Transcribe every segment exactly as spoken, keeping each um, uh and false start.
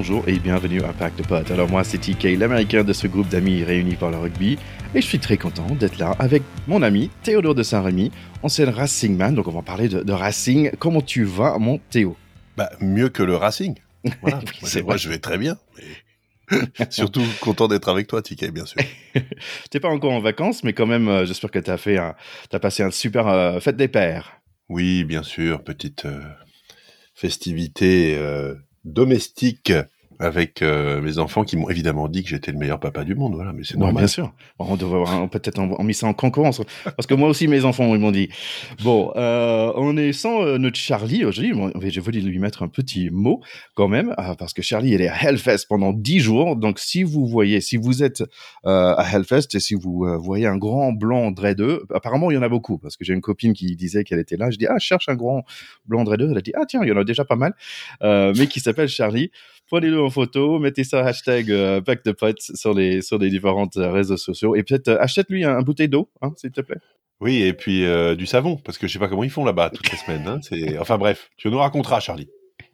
bonjour et bienvenue à Pack de Potes. Alors moi c'est T K, l'américain de ce groupe d'amis réunis par le rugby et je suis très content d'être là avec mon ami Théodore de Saint-Rémy, ancien Racing Man, donc on va parler de, de Racing. Comment tu vas mon Théo? Bah mieux que le Racing, voilà. Oui, moi, c'est moi vrai. je vais très bien, mais surtout content d'être avec toi T K bien sûr. T'es pas encore en vacances mais quand même euh, j'espère que t'as fait un, t'as passé un super euh, fête des pères. Oui bien sûr, petite euh, festivité euh, domestique avec euh, mes enfants qui m'ont évidemment dit que j'étais le meilleur papa du monde, voilà, mais c'est Ouais, bien normal. sûr. Bon, on devrait avoir- peut-être en, en mis ça en concurrence. Parce que moi aussi, mes enfants, ils m'ont dit. Bon, euh, on est sans euh, notre Charlie aujourd'hui. Bon, j'ai voulu lui mettre un petit mot quand même, euh, parce que Charlie, il est à Hellfest pendant dix jours. Donc, si vous voyez, si vous êtes euh, à Hellfest et si vous euh, voyez un grand blanc dreadeux, apparemment, il y en a beaucoup. Parce que j'ai une copine qui disait qu'elle était là. Je dis, ah, je cherche un grand blanc dreadeux. Elle a dit, ah, tiens, il y en a déjà pas mal. Euh, mais qui s'appelle Charlie. Prenez-le en photo, mettez ça hashtag euh, Pack de Potes sur les, sur les différents euh, réseaux sociaux et peut-être euh, achète-lui un, un bouteille d'eau, hein, s'il te plaît. Oui, et puis euh, du savon, parce que je sais pas comment ils font là-bas toutes les semaines. Hein, c'est... Enfin bref, tu nous raconteras Charlie.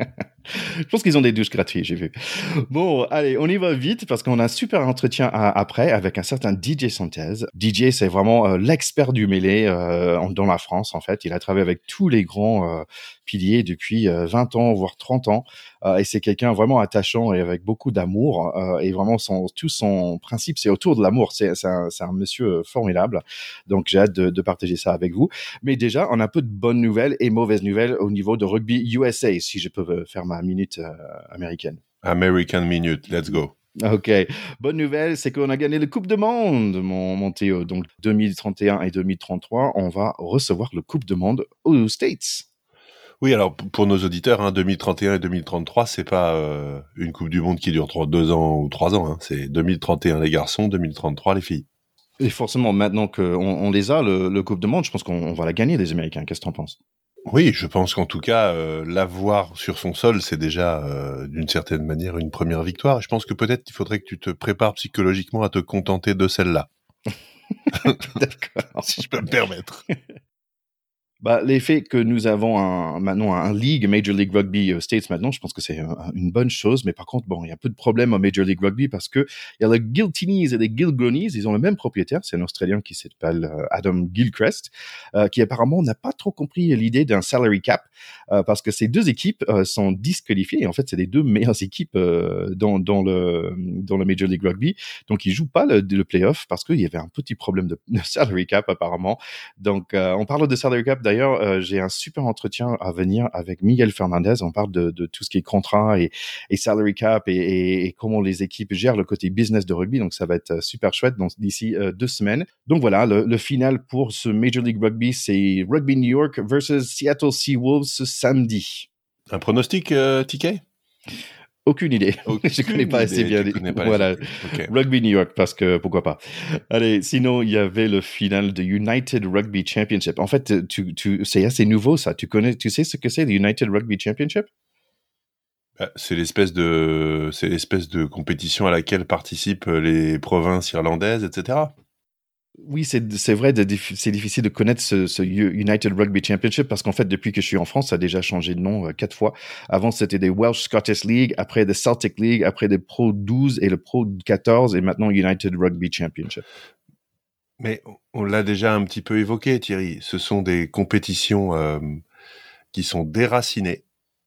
Je pense qu'ils ont des douches gratuites, j'ai vu. Bon, allez, on y va vite parce qu'on a un super entretien à- après avec un certain D J Sanchez. D J, c'est vraiment euh, l'expert du mêlée euh, en- dans la France, en fait. Il a travaillé avec tous les grands euh, piliers depuis euh, vingt ans, voire trente ans. Euh, et c'est quelqu'un vraiment attachant et avec beaucoup d'amour. Euh, et vraiment, son, tout son principe, c'est autour de l'amour. C'est, c'est, un, c'est un monsieur formidable. Donc, j'ai hâte de, de partager ça avec vous. Mais déjà, on a un peu de bonnes nouvelles et mauvaises nouvelles au niveau de rugby U S A, si je peux euh, faire ma minute euh, américaine. American Minute, let's go. Ok. Bonne nouvelle, c'est qu'on a gagné la Coupe du Monde, mon, mon Théo. Donc, deux mille trente et un et deux mille trente-trois, on va recevoir le Coupe du Monde aux States. Oui, alors p- pour nos auditeurs, hein, deux mille trente et un et deux mille trente-trois, c'est pas euh, une Coupe du Monde qui dure trois, deux ans ou trois ans. Hein, c'est deux mille trente et un les garçons, deux mille trente-trois les filles. Et forcément, maintenant qu'on on les a, le, le Coupe du Monde, je pense qu'on on va la gagner, les Américains. Qu'est-ce que t'en penses? Oui, je pense qu'en tout cas, euh, l'avoir sur son sol, c'est déjà euh, d'une certaine manière une première victoire. Je pense que peut-être il faudrait que tu te prépares psychologiquement à te contenter de celle-là, D'accord. si je peux me permettre. Bah, l'effet que nous avons un, maintenant un league, Major League Rugby aux States maintenant, je pense que c'est un- une bonne chose. Mais par contre, bon, il y a un peu de problème au Major League Rugby parce que il y a les Giltinis et les Gilgronis, ils ont le même propriétaire, c'est un Australien qui s'appelle euh, Adam Gilchrist, euh, qui apparemment n'a pas trop compris l'idée d'un salary cap euh, parce que ces deux équipes euh, sont disqualifiées. Et en fait, c'est les deux meilleures équipes euh, dans, dans le dans le Major League Rugby, donc ils jouent pas le, le playoff parce qu'il y avait un petit problème de, de salary cap apparemment. Donc, euh, on parle de salary cap. D'ailleurs, euh, j'ai un super entretien à venir avec Miguel Fernandez. On parle de, de tout ce qui est contrat et, et salary cap et, et, et comment les équipes gèrent le côté business de rugby. Donc, ça va être super chouette donc, d'ici euh, deux semaines. Donc, voilà, le, le final pour ce Major League Rugby, c'est Rugby New York versus Seattle Seawolves ce samedi. Un pronostic, euh, T K? Aucune idée. Aucune Je connais pas assez idée, bien. tu les- connais pas les Voilà. équipes. Ok. Rugby New York, parce que pourquoi pas. Allez, sinon, il y avait le final de United Rugby Championship. En fait, tu, tu, c'est assez nouveau, ça. Tu connais, tu sais ce que c'est, le United Rugby Championship? Bah, c'est l'espèce de, c'est l'espèce de compétition à laquelle participent les provinces irlandaises, et cetera. Oui, c'est, c'est vrai, de, dif- c'est difficile de connaître ce, ce U- United Rugby Championship parce qu'en fait, depuis que je suis en France, ça a déjà changé de nom euh, quatre fois. Avant, c'était des Welsh Scottish League, après des Celtic League, après des Pro douze et le Pro quatorze et maintenant United Rugby Championship. Mais on l'a déjà un petit peu évoqué, Thierry. Ce sont des compétitions euh, qui sont déracinées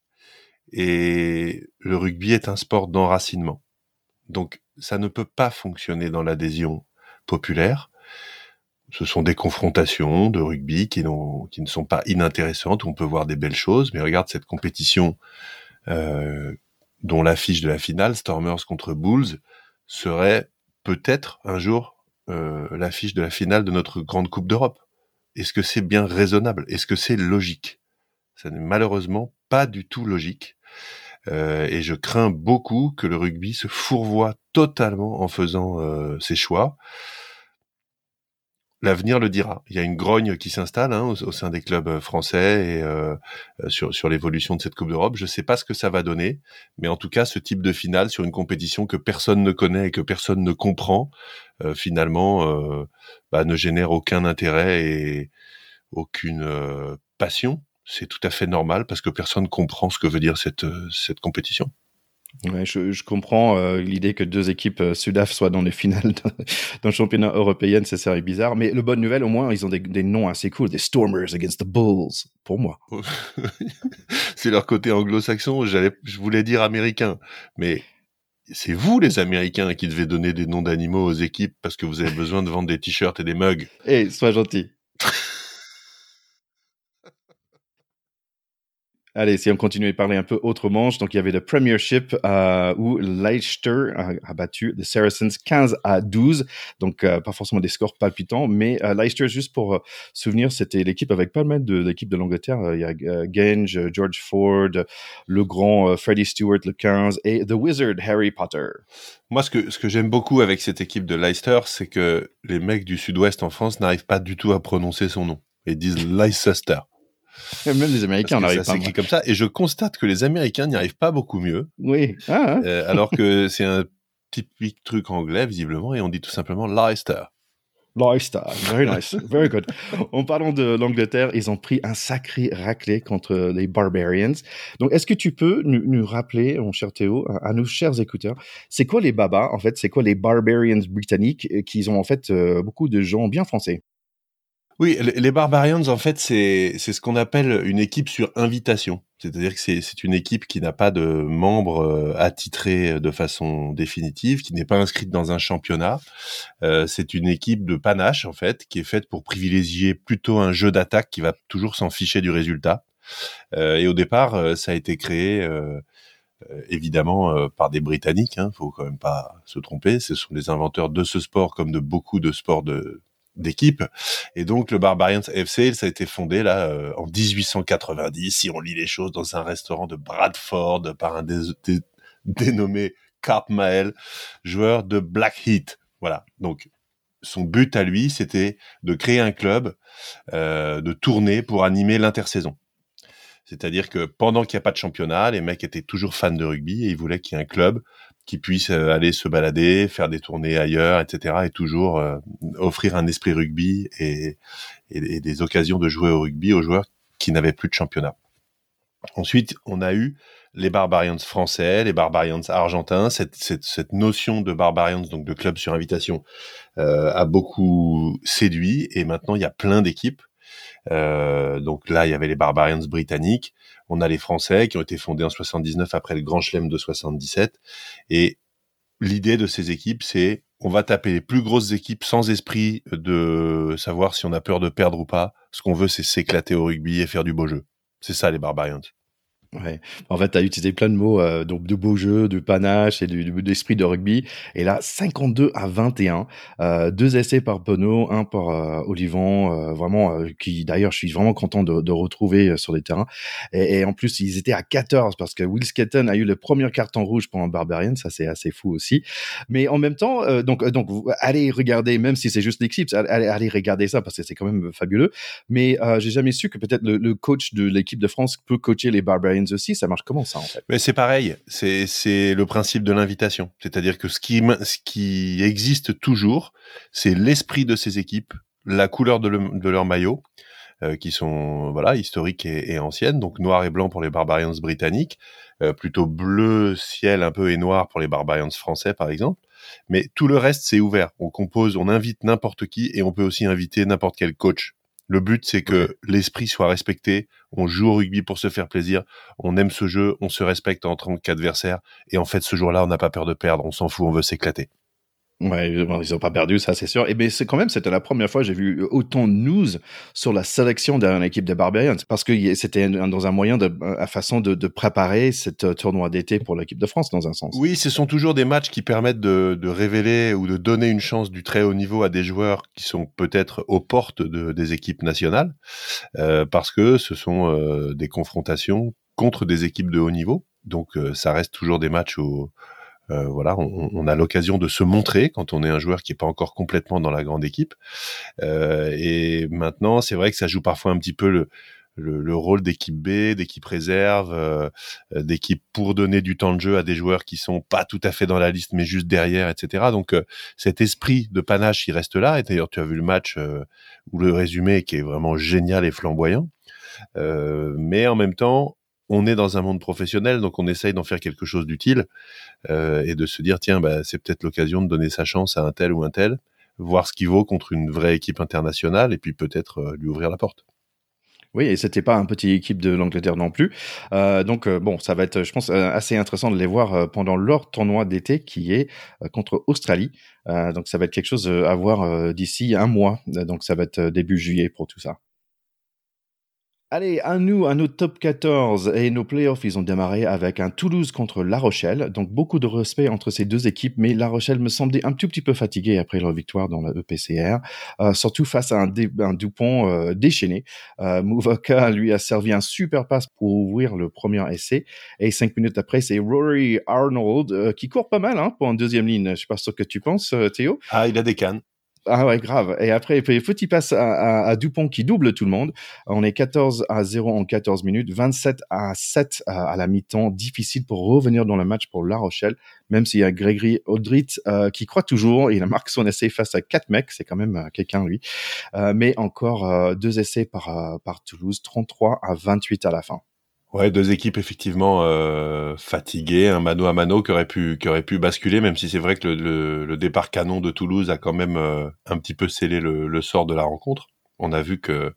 et le rugby est un sport d'enracinement. Donc, ça ne peut pas fonctionner dans l'adhésion populaire. Ce sont des confrontations de rugby qui, n'ont, qui ne sont pas inintéressantes, où on peut voir des belles choses. Mais regarde cette compétition euh, dont l'affiche de la finale, Stormers contre Bulls, serait peut-être un jour euh, l'affiche de la finale de notre grande Coupe d'Europe. Est-ce que c'est bien raisonnable? Est-ce que c'est logique? Ça n'est malheureusement pas du tout logique. Euh, et je crains beaucoup que le rugby se fourvoie totalement en faisant euh, ses choix. L'avenir le dira. Il y a une grogne qui s'installe hein, au, au sein des clubs français et euh, sur, sur l'évolution de cette Coupe d'Europe. Je ne sais pas ce que ça va donner, mais en tout cas, ce type de finale sur une compétition que personne ne connaît et que personne ne comprend, euh, finalement, euh, bah, ne génère aucun intérêt et aucune euh, passion. C'est tout à fait normal parce que personne comprend ce que veut dire cette, cette compétition. Ouais, je, je comprends euh, l'idée que deux équipes euh, Sudaf soient dans les finales dans, dans le championnat européen, ça serait bizarre. Mais le bonne nouvelle, au moins, ils ont des, des noms assez cool, des Stormers against the Bulls, pour moi. C'est leur côté anglo-saxon. J'allais, je voulais dire américain, mais c'est vous les Américains qui devez donner des noms d'animaux aux équipes parce que vous avez besoin de vendre des t-shirts et des mugs. Eh, sois gentil. Allez, si on continue à parler un peu autre manche, donc il y avait le Premiership euh, où Leicester a, a battu les Saracens quinze à douze, donc euh, pas forcément des scores palpitants, mais euh, Leicester, juste pour euh, souvenir, c'était l'équipe avec pas mal de l'équipe de l'Angleterre. Il y a euh, Genge, George Ford, le grand euh, Freddie Stewart, le quinze, et The Wizard, Harry Potter. Moi, ce que, ce que j'aime beaucoup avec cette équipe de Leicester, c'est que les mecs du sud-ouest en France n'arrivent pas du tout à prononcer son nom. Ils disent Leicester. Même les Américains Parce que n'arrivent ça pas. s'écrit comme ça. Et je constate que les Américains n'y arrivent pas beaucoup mieux. Oui. Ah, hein. euh, alors que c'est un typique truc anglais, visiblement, et on dit tout simplement Leicester. Leicester, very nice, very good. En parlant de l'Angleterre, ils ont pris un sacré raclé contre les Barbarians. Donc, est-ce que tu peux nous, nous rappeler, mon cher Théo, à, à nos chers écouteurs, c'est quoi les Babas, en fait, c'est quoi les Barbarians britanniques, euh, qui ont en fait euh, beaucoup de gens bien français? Oui, les les Barbarians, en fait, c'est c'est ce qu'on appelle une équipe sur invitation. C'est-à-dire que c'est c'est une équipe qui n'a pas de membres euh, attitrés de façon définitive, qui n'est pas inscrite dans un championnat. Euh, c'est une équipe de panache, en fait, qui est faite pour privilégier plutôt un jeu d'attaque qui va toujours s'en ficher du résultat. Euh, et au départ, euh, ça a été créé euh, euh, évidemment euh, par des Britanniques. Hein, faut quand même pas se tromper. Ce sont les inventeurs de ce sport comme de beaucoup de sports de d'équipe. Et donc le Barbarians F C, ça a été fondé là euh, en dix-huit cent quatre-vingt-dix, si on lit les choses, dans un restaurant de Bradford par un des, des, dénommé Carp Mael, joueur de Blackheath. Voilà. Donc son but à lui, c'était de créer un club euh, de tournée pour animer l'intersaison. C'est-à-dire que pendant qu'il n'y a pas de championnat, les mecs étaient toujours fans de rugby et ils voulaient qu'il y ait un club qui puisse euh, aller se balader, faire des tournées ailleurs, et cetera. Et toujours euh, offrir un esprit rugby et, et, et des occasions de jouer au rugby aux joueurs qui n'avaient plus de championnat. Ensuite, on a eu les Barbarians français, les Barbarians argentins. Cette, cette, cette notion de Barbarians, donc de club sur invitation, euh, a beaucoup séduit. Et maintenant, il y a plein d'équipes. Euh, donc là, il y avait les Barbarians britanniques. On a les Français qui ont été fondés en soixante-dix-neuf après le Grand Chelem de soixante-dix-sept. Et l'idée de ces équipes, c'est on va taper les plus grosses équipes sans esprit de savoir si on a peur de perdre ou pas. Ce qu'on veut, c'est s'éclater au rugby et faire du beau jeu. C'est ça, les Barbarians. Ouais. En fait, tu as utilisé plein de mots, euh, donc de beau jeu, de panache et du, du, d'esprit de rugby. Et là, cinquante-deux à vingt et un, euh, deux essais par Bono, un par euh, Olivon, euh, vraiment, euh, qui d'ailleurs, je suis vraiment content de, de retrouver euh, sur les terrains. Et, et en plus, ils étaient à quatorze parce que Will Skeleton a eu le premier carton rouge pendant Barbarian, ça c'est assez fou aussi. Mais en même temps, euh, donc, euh, donc, allez regarder, même si c'est juste l'équipe, allez, allez regarder ça parce que c'est quand même fabuleux. Mais euh, j'ai jamais su que peut-être le, le coach de l'équipe de France peut coacher les Barbarians aussi. Ça marche comment ça en fait? Mais c'est pareil, c'est c'est le principe de l'invitation, c'est-à-dire que ce qui ce qui existe toujours, c'est l'esprit de ces équipes, la couleur de, le, de leur maillot, euh, qui sont voilà historiques et, et anciennes, donc noir et blanc pour les Barbarians britanniques, euh, plutôt bleu ciel un peu et noir pour les Barbarians français par exemple. Mais tout le reste c'est ouvert. On compose, on invite n'importe qui et on peut aussi inviter n'importe quel coach. Le but, c'est que okay. l'esprit soit respecté. On joue au rugby pour se faire plaisir. On aime ce jeu. On se respecte en tant qu'adversaire. Et en fait, ce jour-là, on n'a pas peur de perdre. On s'en fout. On veut s'éclater. Ouais, ils n'ont pas perdu, ça c'est sûr. Et bien, c'est quand même, c'était la première fois que j'ai vu autant de news sur la sélection d'une équipe des Barbarians, parce que c'était dans un moyen de, à façon de, de préparer cette tournoi d'été pour l'équipe de France, dans un sens. Oui, ce sont toujours des matchs qui permettent de, de révéler ou de donner une chance du très haut niveau à des joueurs qui sont peut-être aux portes de, des équipes nationales, euh, parce que ce sont euh, des confrontations contre des équipes de haut niveau. Donc, euh, ça reste toujours des matchs où Euh, voilà, on, on a l'occasion de se montrer quand on est un joueur qui est pas encore complètement dans la grande équipe. Euh, et maintenant, c'est vrai que ça joue parfois un petit peu le, le, le rôle d'équipe B, d'équipe réserve, euh, d'équipe pour donner du temps de jeu à des joueurs qui sont pas tout à fait dans la liste, mais juste derrière, et cetera. Donc, euh, cet esprit de panache, il reste là. Et d'ailleurs, tu as vu le match euh, ou le résumé qui est vraiment génial et flamboyant. Euh, mais en même temps, on est dans un monde professionnel, donc on essaye d'en faire quelque chose d'utile euh, et de se dire tiens, bah, c'est peut-être l'occasion de donner sa chance à un tel ou un tel, voir ce qu'il vaut contre une vraie équipe internationale et puis peut-être euh, lui ouvrir la porte. Oui, et c'était pas un petit équipe de l'Angleterre non plus. Euh, donc euh, bon, ça va être, je pense, euh, assez intéressant de les voir euh, pendant leur tournoi d'été qui est euh, contre Australie. Euh, donc ça va être quelque chose euh, à voir euh, d'ici un mois. Euh, Donc ça va être euh, début juillet pour tout ça. Allez, à nous, à nos top quatorze. Et nos playoffs, ils ont démarré avec un Toulouse contre La Rochelle. Donc, beaucoup de respect entre ces deux équipes. Mais La Rochelle me semblait un tout petit peu fatiguée après leur victoire dans la E P C R. Euh, surtout face à un, dé- un Dupont euh, déchaîné. Euh, Mouvoka, lui, a servi un super passe pour ouvrir le premier essai. Et cinq minutes après, c'est Rory Arnold euh, qui court pas mal hein, pour une deuxième ligne. Je sais pas ce que tu penses, euh, Théo. Ah, il a des cannes. Ah ouais, grave. Et après, petit passe à, à, à Dupont qui double tout le monde. On est quatorze à zéro en quatorze minutes, vingt-sept à sept à, à la mi-temps. Difficile pour revenir dans le match pour La Rochelle, même s'il y a Grégory Audrit euh, qui croit toujours. Il a marqué son essai face à quatre mecs. C'est quand même euh, quelqu'un, lui. Euh, mais encore euh, deux essais par, euh, par Toulouse, trente-trois à vingt-huit à la fin. Ouais, deux équipes effectivement euh, fatiguées, un mano à mano qui aurait pu qui aurait pu basculer, même si c'est vrai que le, le, le départ canon de Toulouse a quand même euh, un petit peu scellé le, le sort de la rencontre. On a vu que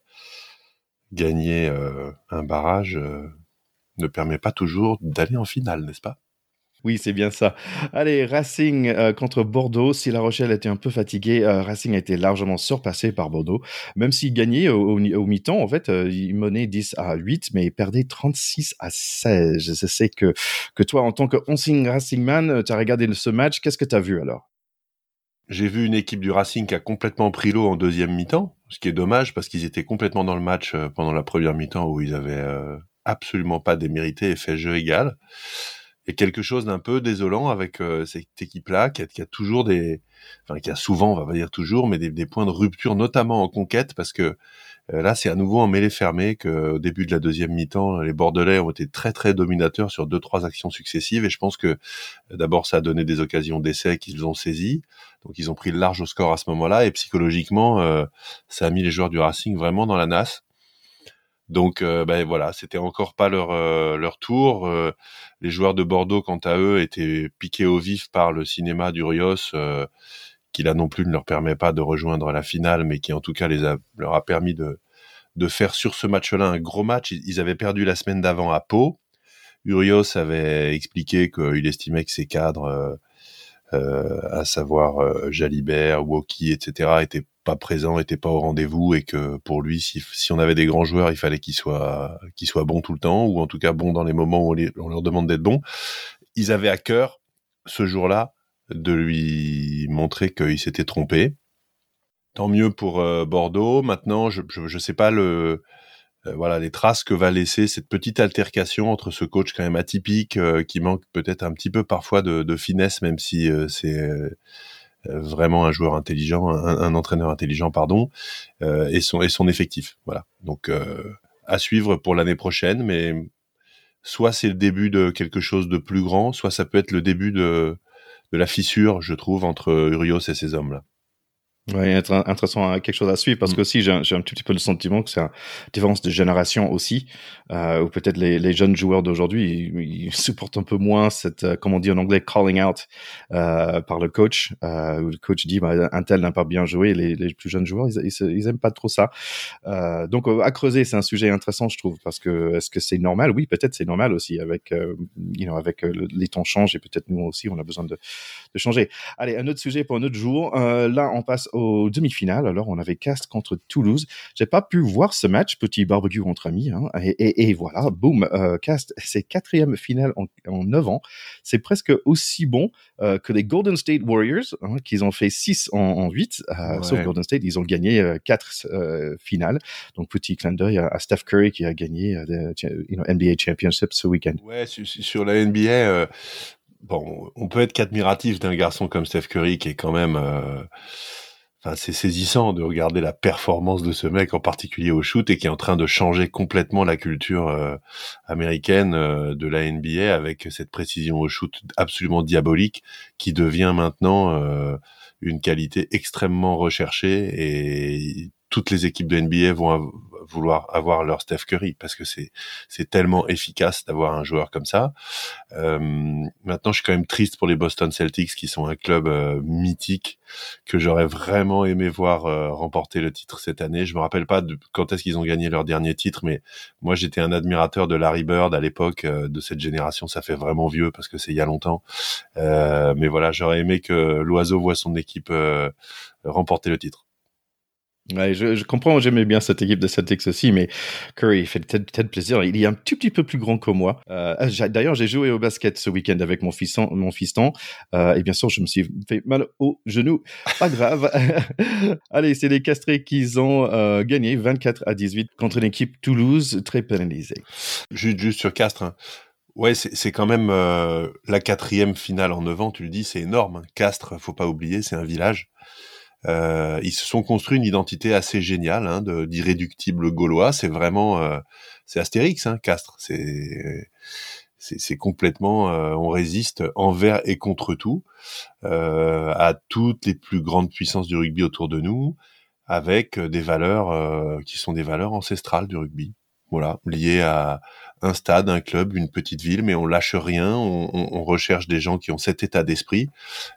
gagner euh, un barrage euh, ne permet pas toujours d'aller en finale, n'est-ce pas? Oui, c'est bien ça. Allez, Racing euh, contre Bordeaux. Si La Rochelle était un peu fatiguée, euh, Racing a été largement surpassé par Bordeaux. Même s'il gagnait au, au, au mi-temps, en fait, euh, il menait dix à huit, mais il perdait trente-six à seize. Je sais que, que toi, en tant que ancien Racingman, tu as regardé ce match. Qu'est-ce que tu as vu alors? J'ai vu une équipe du Racing qui a complètement pris l'eau en deuxième mi-temps, ce qui est dommage parce qu'ils étaient complètement dans le match euh, pendant la première mi-temps où ils avaient euh, absolument pas démérité et fait jeu égal. Et quelque chose d'un peu désolant avec euh, cette équipe-là qui a, qui a toujours des, enfin qui a souvent, on va pas dire toujours, mais des, des points de rupture, notamment en conquête, parce que euh, là c'est à nouveau en mêlée fermée qu'au début de la deuxième mi-temps, les Bordelais ont été très très dominateurs sur deux trois actions successives, et je pense que euh, d'abord ça a donné des occasions d'essai qu'ils ont saisies, donc ils ont pris le large au score à ce moment-là, et psychologiquement euh, ça a mis les joueurs du Racing vraiment dans la nasse. Donc euh, ben voilà, c'était encore pas leur euh, leur tour. Euh, les joueurs de Bordeaux, quant à eux, étaient piqués au vif par le cinéma d'Urios, euh, qui là non plus ne leur permet pas de rejoindre la finale, mais qui en tout cas les a, leur a permis de de faire sur ce match-là un gros match. Ils avaient perdu la semaine d'avant à Pau. Urios avait expliqué qu'il estimait que ses cadres euh, euh, à savoir euh, Jalibert, Woki, et cetera, étaient pas présents, étaient pas au rendez-vous, et que pour lui, si, si on avait des grands joueurs, il fallait qu'ils soient, qu'ils soient bons tout le temps, ou en tout cas bons dans les moments où on, les, on leur demande d'être bons. Ils avaient à cœur, ce jour-là, de lui montrer qu'il s'était trompé. Tant mieux pour euh, Bordeaux. Maintenant, je, je, je sais pas le, euh, voilà, les traces que va laisser cette petite altercation entre ce coach quand même atypique, euh, qui manque peut-être un petit peu parfois de, de finesse, même si euh, c'est euh, vraiment un joueur intelligent, un, un entraîneur intelligent, pardon, euh, et son et son effectif. Voilà. Donc euh, à suivre pour l'année prochaine, mais soit c'est le début de quelque chose de plus grand, soit ça peut être le début de de la fissure, je trouve, entre Urios et ces hommes-là. Oui, être intéressant, hein, quelque chose à suivre parce Mm. que aussi j'ai un, j'ai un tout petit peu le sentiment que c'est une différence de génération aussi, euh, ou peut-être les, les jeunes joueurs d'aujourd'hui ils, ils supportent un peu moins cette, euh, comment on dit en anglais, calling out euh, par le coach, euh, où le coach dit bah, un tel n'a pas bien joué, les, les plus jeunes joueurs ils, ils, ils aiment pas trop ça. Euh, donc euh, à creuser, c'est un sujet intéressant je trouve parce que est-ce que c'est normal? Oui, peut-être c'est normal aussi avec, euh, you know, avec euh, les temps changent et peut-être nous aussi on a besoin de, de changer. Allez, un autre sujet pour un autre jour. Euh, là, on passe aux demi-finales. Alors, on avait Castres contre Toulouse. J'ai pas pu voir ce match, petit barbecue entre amis. Hein, et, et, et voilà, boum, euh, Castres, c'est quatrième finale en, en neuf ans. C'est presque aussi bon euh, que les Golden State Warriors, hein, qu'ils ont fait six en, en huit. Euh, Ouais. Sauf Golden State, ils ont gagné euh, quatre euh, finales. Donc, petit clin d'œil à, à Steph Curry qui a gagné euh, the, you know, N B A Championship ce week-end. Ouais, sur, sur la N B A, euh, bon, on peut être qu'admiratif d'un garçon comme Steph Curry qui est quand même, euh, enfin, c'est saisissant de regarder la performance de ce mec, en particulier au shoot, et qui est en train de changer complètement la culture euh, américaine euh, de la N B A avec cette précision au shoot absolument diabolique qui devient maintenant euh, une qualité extrêmement recherchée, et toutes les équipes de N B A vont av- vouloir avoir leur Steph Curry parce que c'est c'est tellement efficace d'avoir un joueur comme ça. Euh, maintenant, je suis quand même triste pour les Boston Celtics qui sont un club euh, mythique que j'aurais vraiment aimé voir euh, remporter le titre cette année. Je me rappelle pas de quand est-ce qu'ils ont gagné leur dernier titre, mais moi j'étais un admirateur de Larry Bird à l'époque euh, de cette génération. Ça fait vraiment vieux parce que c'est il y a longtemps. Euh, mais voilà, j'aurais aimé que l'Oiseau voit son équipe euh, remporter le titre. Ouais, je, je comprends, j'aimais bien cette équipe de Celtics aussi, mais Curry il fait peut-être peut-être plaisir. Il est un tout petit peu plus grand que moi. Euh, j'ai- d'ailleurs, j'ai joué au basket ce week-end avec mon fiston, mon fiston euh, et bien sûr, je me suis fait mal au genou. Pas grave. Allez, c'est les Castrés qui ont euh, gagné vingt-quatre à dix-huit contre une équipe Toulouse très pénalisée. Juste, juste sur Castres, hein. Ouais, c'est, c'est quand même euh, la quatrième finale en neuf ans, tu le dis, c'est énorme. Hein. Castres, faut pas oublier, c'est un village. Euh, ils se sont construits une identité assez géniale, hein, de, d'irréductibles gaulois. C'est vraiment, euh, c'est Astérix, hein, Castres. C'est, c'est, c'est complètement, euh, on résiste envers et contre tout, euh, à toutes les plus grandes puissances du rugby autour de nous, avec des valeurs euh, qui sont des valeurs ancestrales du rugby. Voilà, liées à un stade, un club, une petite ville, mais on lâche rien. On, on, on recherche des gens qui ont cet état d'esprit.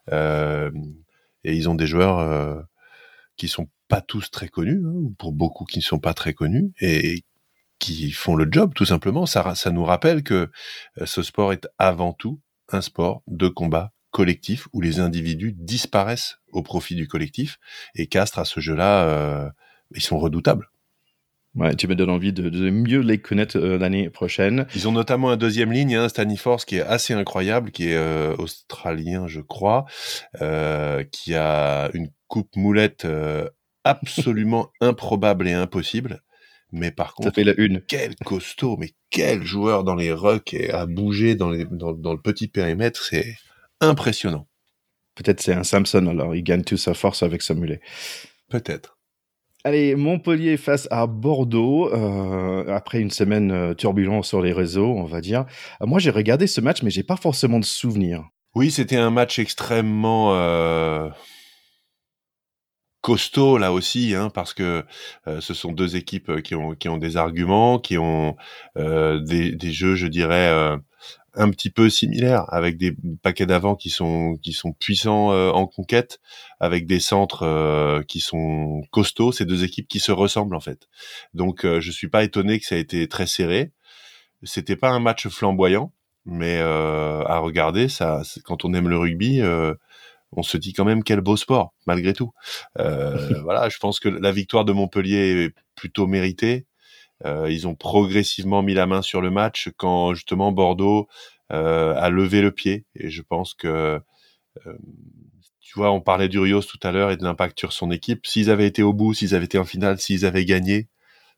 Euh, et ils ont des joueurs euh, qui sont pas tous très connus, hein, ou pour beaucoup qui ne sont pas très connus, et qui font le job tout simplement. Ça, ça nous rappelle que euh, ce sport est avant tout un sport de combat collectif où les individus disparaissent au profit du collectif. Et Castres, à ce jeu-là, euh, ils sont redoutables. Ouais, tu me donnes envie de, de mieux les connaître euh, l'année prochaine. Ils ont notamment un deuxième ligne, hein, Stanley Force, qui est assez incroyable, qui est euh, australien, je crois, euh, qui a une coupe moulette euh, absolument improbable et impossible. Mais par Ça contre, fait la une. quel costaud, mais quel joueur dans les rucks et à bouger dans, les, dans, dans le petit périmètre, c'est impressionnant. Peut-être c'est un Samson, alors il gagne toute sa force avec sa mulet. Peut-être. Allez, Montpellier face à Bordeaux, euh, après une semaine euh, turbulente sur les réseaux, on va dire. Euh, moi, j'ai regardé ce match, mais j'ai pas forcément de souvenirs. Oui, c'était un match extrêmement euh, costaud là aussi, hein, parce que euh, ce sont deux équipes qui ont qui ont des arguments, qui ont euh, des, des jeux, je dirais, euh, un petit peu similaires, avec des paquets d'avant qui sont qui sont puissants euh, en conquête, avec des centres euh, qui sont costauds. Ces deux équipes qui se ressemblent en fait. Donc euh, je suis pas étonné que ça ait été très serré. C'était pas un match flamboyant, mais euh, à regarder, ça, quand on aime le rugby. Euh, on se dit quand même quel beau sport, malgré tout. Euh, voilà, je pense que la victoire de Montpellier est plutôt méritée. Euh, ils ont progressivement mis la main sur le match quand justement Bordeaux euh, a levé le pied. Et je pense que, euh, tu vois, on parlait d'Urios tout à l'heure et de l'impact sur son équipe. S'ils avaient été au bout, s'ils avaient été en finale, s'ils avaient gagné,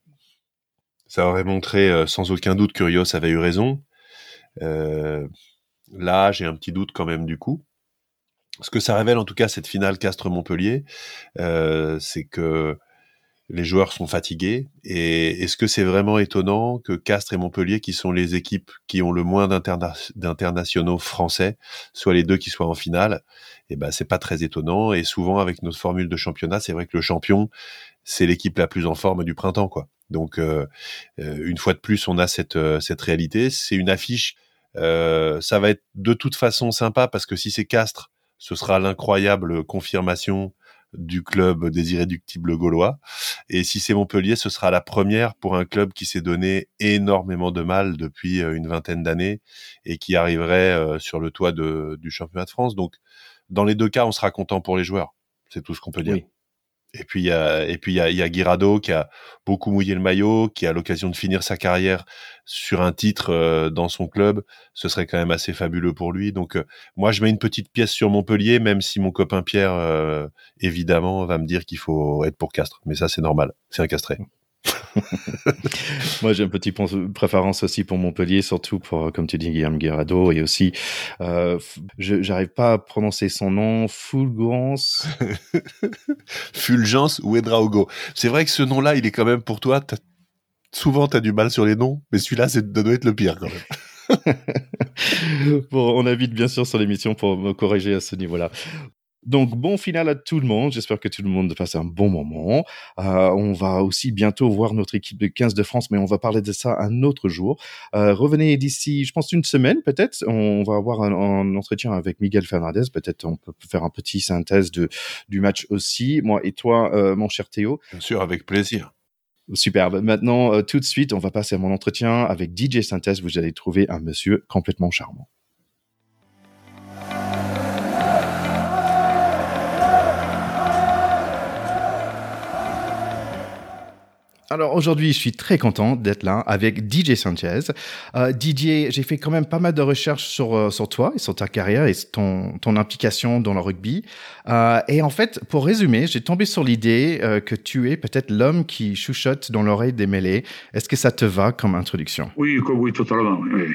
ça aurait montré euh, sans aucun doute qu'Urios avait eu raison. Euh, là, j'ai un petit doute quand même du coup. Ce que ça révèle en tout cas cette finale Castres-Montpellier, euh, c'est que les joueurs sont fatigués. Et est-ce que c'est vraiment étonnant que Castres et Montpellier, qui sont les équipes qui ont le moins d'interna- d'internationaux français, soient les deux qui soient en finale? Et ben c'est pas très étonnant. Et souvent avec notre formule de championnat, c'est vrai que le champion, c'est l'équipe la plus en forme du printemps, quoi. Donc euh, euh, une fois de plus, on a cette euh, cette réalité. C'est une affiche. Euh, ça va être de toute façon sympa parce que si c'est Castres, ce sera l'incroyable confirmation du club des irréductibles gaulois. Et si c'est Montpellier, ce sera la première pour un club qui s'est donné énormément de mal depuis une vingtaine d'années et qui arriverait euh, sur le toit de, du championnat de France. Donc, dans les deux cas, on sera content pour les joueurs. C'est tout ce qu'on peut dire. Oui. Et puis il y a et puis il y a, il y a Guirado qui a beaucoup mouillé le maillot, qui a l'occasion de finir sa carrière sur un titre euh, dans son club. Ce serait quand même assez fabuleux pour lui. Donc euh, moi je mets une petite pièce sur Montpellier, même si mon copain Pierre euh, évidemment va me dire qu'il faut être pour Castres. Mais ça c'est normal, c'est un Castré. Moi, j'ai une petite préférence aussi pour Montpellier, surtout pour, comme tu dis, Guillaume Guirado, et aussi, euh, je j'arrive pas à prononcer son nom, Fulgence. Fulgence ou Edraogo. C'est vrai que ce nom-là, il est quand même pour toi. T'as... Souvent, t'as du mal sur les noms, mais celui-là, c'est, ça doit être le pire quand même. Bon, on invite bien sûr sur l'émission pour me corriger à ce niveau-là. Donc, bon final à tout le monde. J'espère que tout le monde passe un bon moment. Euh, on va aussi bientôt voir notre équipe de quinze de France, mais on va parler de ça un autre jour. Euh, revenez d'ici, je pense, une semaine peut-être. On va avoir un, un entretien avec Miguel Fernandez. Peut-être on peut faire un petit synthèse de, du match aussi. Moi et toi, euh, mon cher Théo. Bien sûr, avec plaisir. Superbe. Maintenant, euh, tout de suite, on va passer à mon entretien avec D J Synthèse. Vous allez trouver un monsieur complètement charmant. Alors aujourd'hui, je suis très content d'être là avec D J Sanchez. Euh, D J, j'ai fait quand même pas mal de recherches sur euh, sur toi et sur ta carrière et ton ton implication dans le rugby. Euh, et en fait, pour résumer, j'ai tombé sur l'idée euh, que tu es peut-être l'homme qui chuchote dans l'oreille des mêlées. Est-ce que ça te va comme introduction? Oui, oui, totalement. Oui,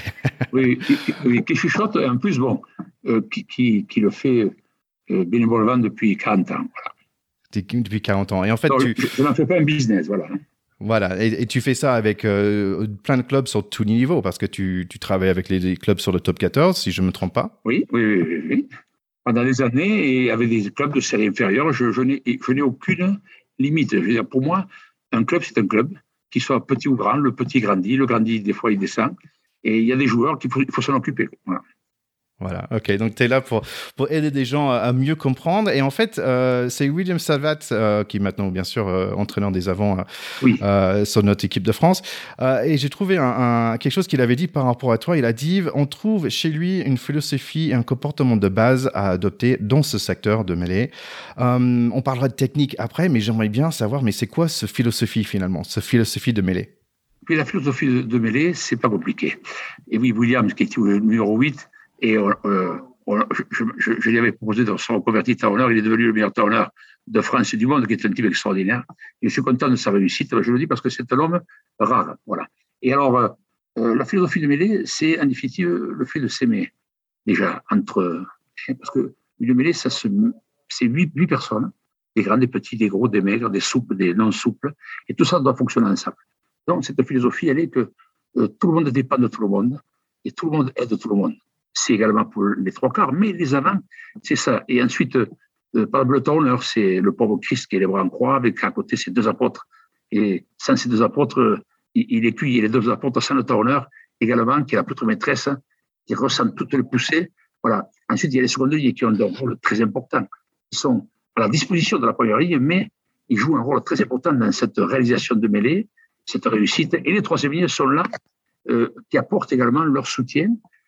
oui, oui, oui, qui chuchote et en plus bon, euh, qui, qui qui le fait euh, bénévolement depuis quarante ans. Voilà. Depuis quarante ans. Et en fait, non, tu... je, je n'en fais pas un business, voilà. Voilà, et, et tu fais ça avec euh, plein de clubs sur tous les niveaux, parce que tu, tu travailles avec les, les clubs sur le top quatorze, si je ne me trompe pas. Oui, oui, oui, oui. Pendant des années, et avec des clubs de série inférieure, je, je, n'ai, je n'ai aucune limite. Je veux dire, pour moi, un club, c'est un club, qu'il soit petit ou grand, le petit grandit, le grandit, des fois, il descend, et il y a des joueurs qu'il faut, il faut s'en occuper. Voilà. Voilà, ok. Donc, tu es là pour, pour aider des gens à mieux comprendre. Et en fait, euh, c'est William Salvat, euh, qui est maintenant, bien sûr, euh, entraîneur des avants euh, oui. euh, sur notre équipe de France. Euh, et j'ai trouvé un, un, quelque chose qu'il avait dit par rapport à toi. Il a dit, on trouve chez lui une philosophie et un comportement de base à adopter dans ce secteur de mêlée. Euh, on parlera de technique après, mais j'aimerais bien savoir, mais c'est quoi cette philosophie finalement, cette philosophie de mêlée? Puis la philosophie de, de mêlée, c'est pas compliqué. Et oui, William, qui était le numéro huit, et euh, je, je, je, je lui avais proposé de se reconvertir talonneur. Il est devenu le meilleur talonneur de France et du monde, qui est un type extraordinaire. Et je suis content de sa réussite. Je le dis parce que c'est un homme rare. Voilà. Et alors, euh, la philosophie de mêlée, c'est en définitive le fait de s'aimer. Déjà, entre. Parce que le mêlée, ça se, c'est huit, huit personnes, des grands, des petits, des gros, des maigres, des souples, des non souples. Et tout ça doit fonctionner ensemble. Donc, cette philosophie, elle est que euh, tout le monde dépend de tout le monde et tout le monde aide tout le monde. C'est également pour les trois quarts, mais les avants, c'est ça. Et ensuite, euh, par exemple, le tourneur, c'est le pauvre Christ qui est les bras en croix, avec à côté ses deux apôtres. Et sans ces deux apôtres, euh, il, il est cuit. Et les deux apôtres sans le tourneur, également, qui est la poutre maîtresse, qui ressent toutes les poussées. Voilà. Ensuite, il y a les secondiers qui ont un rôle très important. Ils sont à la disposition de la première ligne, mais ils jouent un rôle très important dans cette réalisation de mêlée, cette réussite. Et les troisième lignes sont là, euh, qui apportent également leur soutien.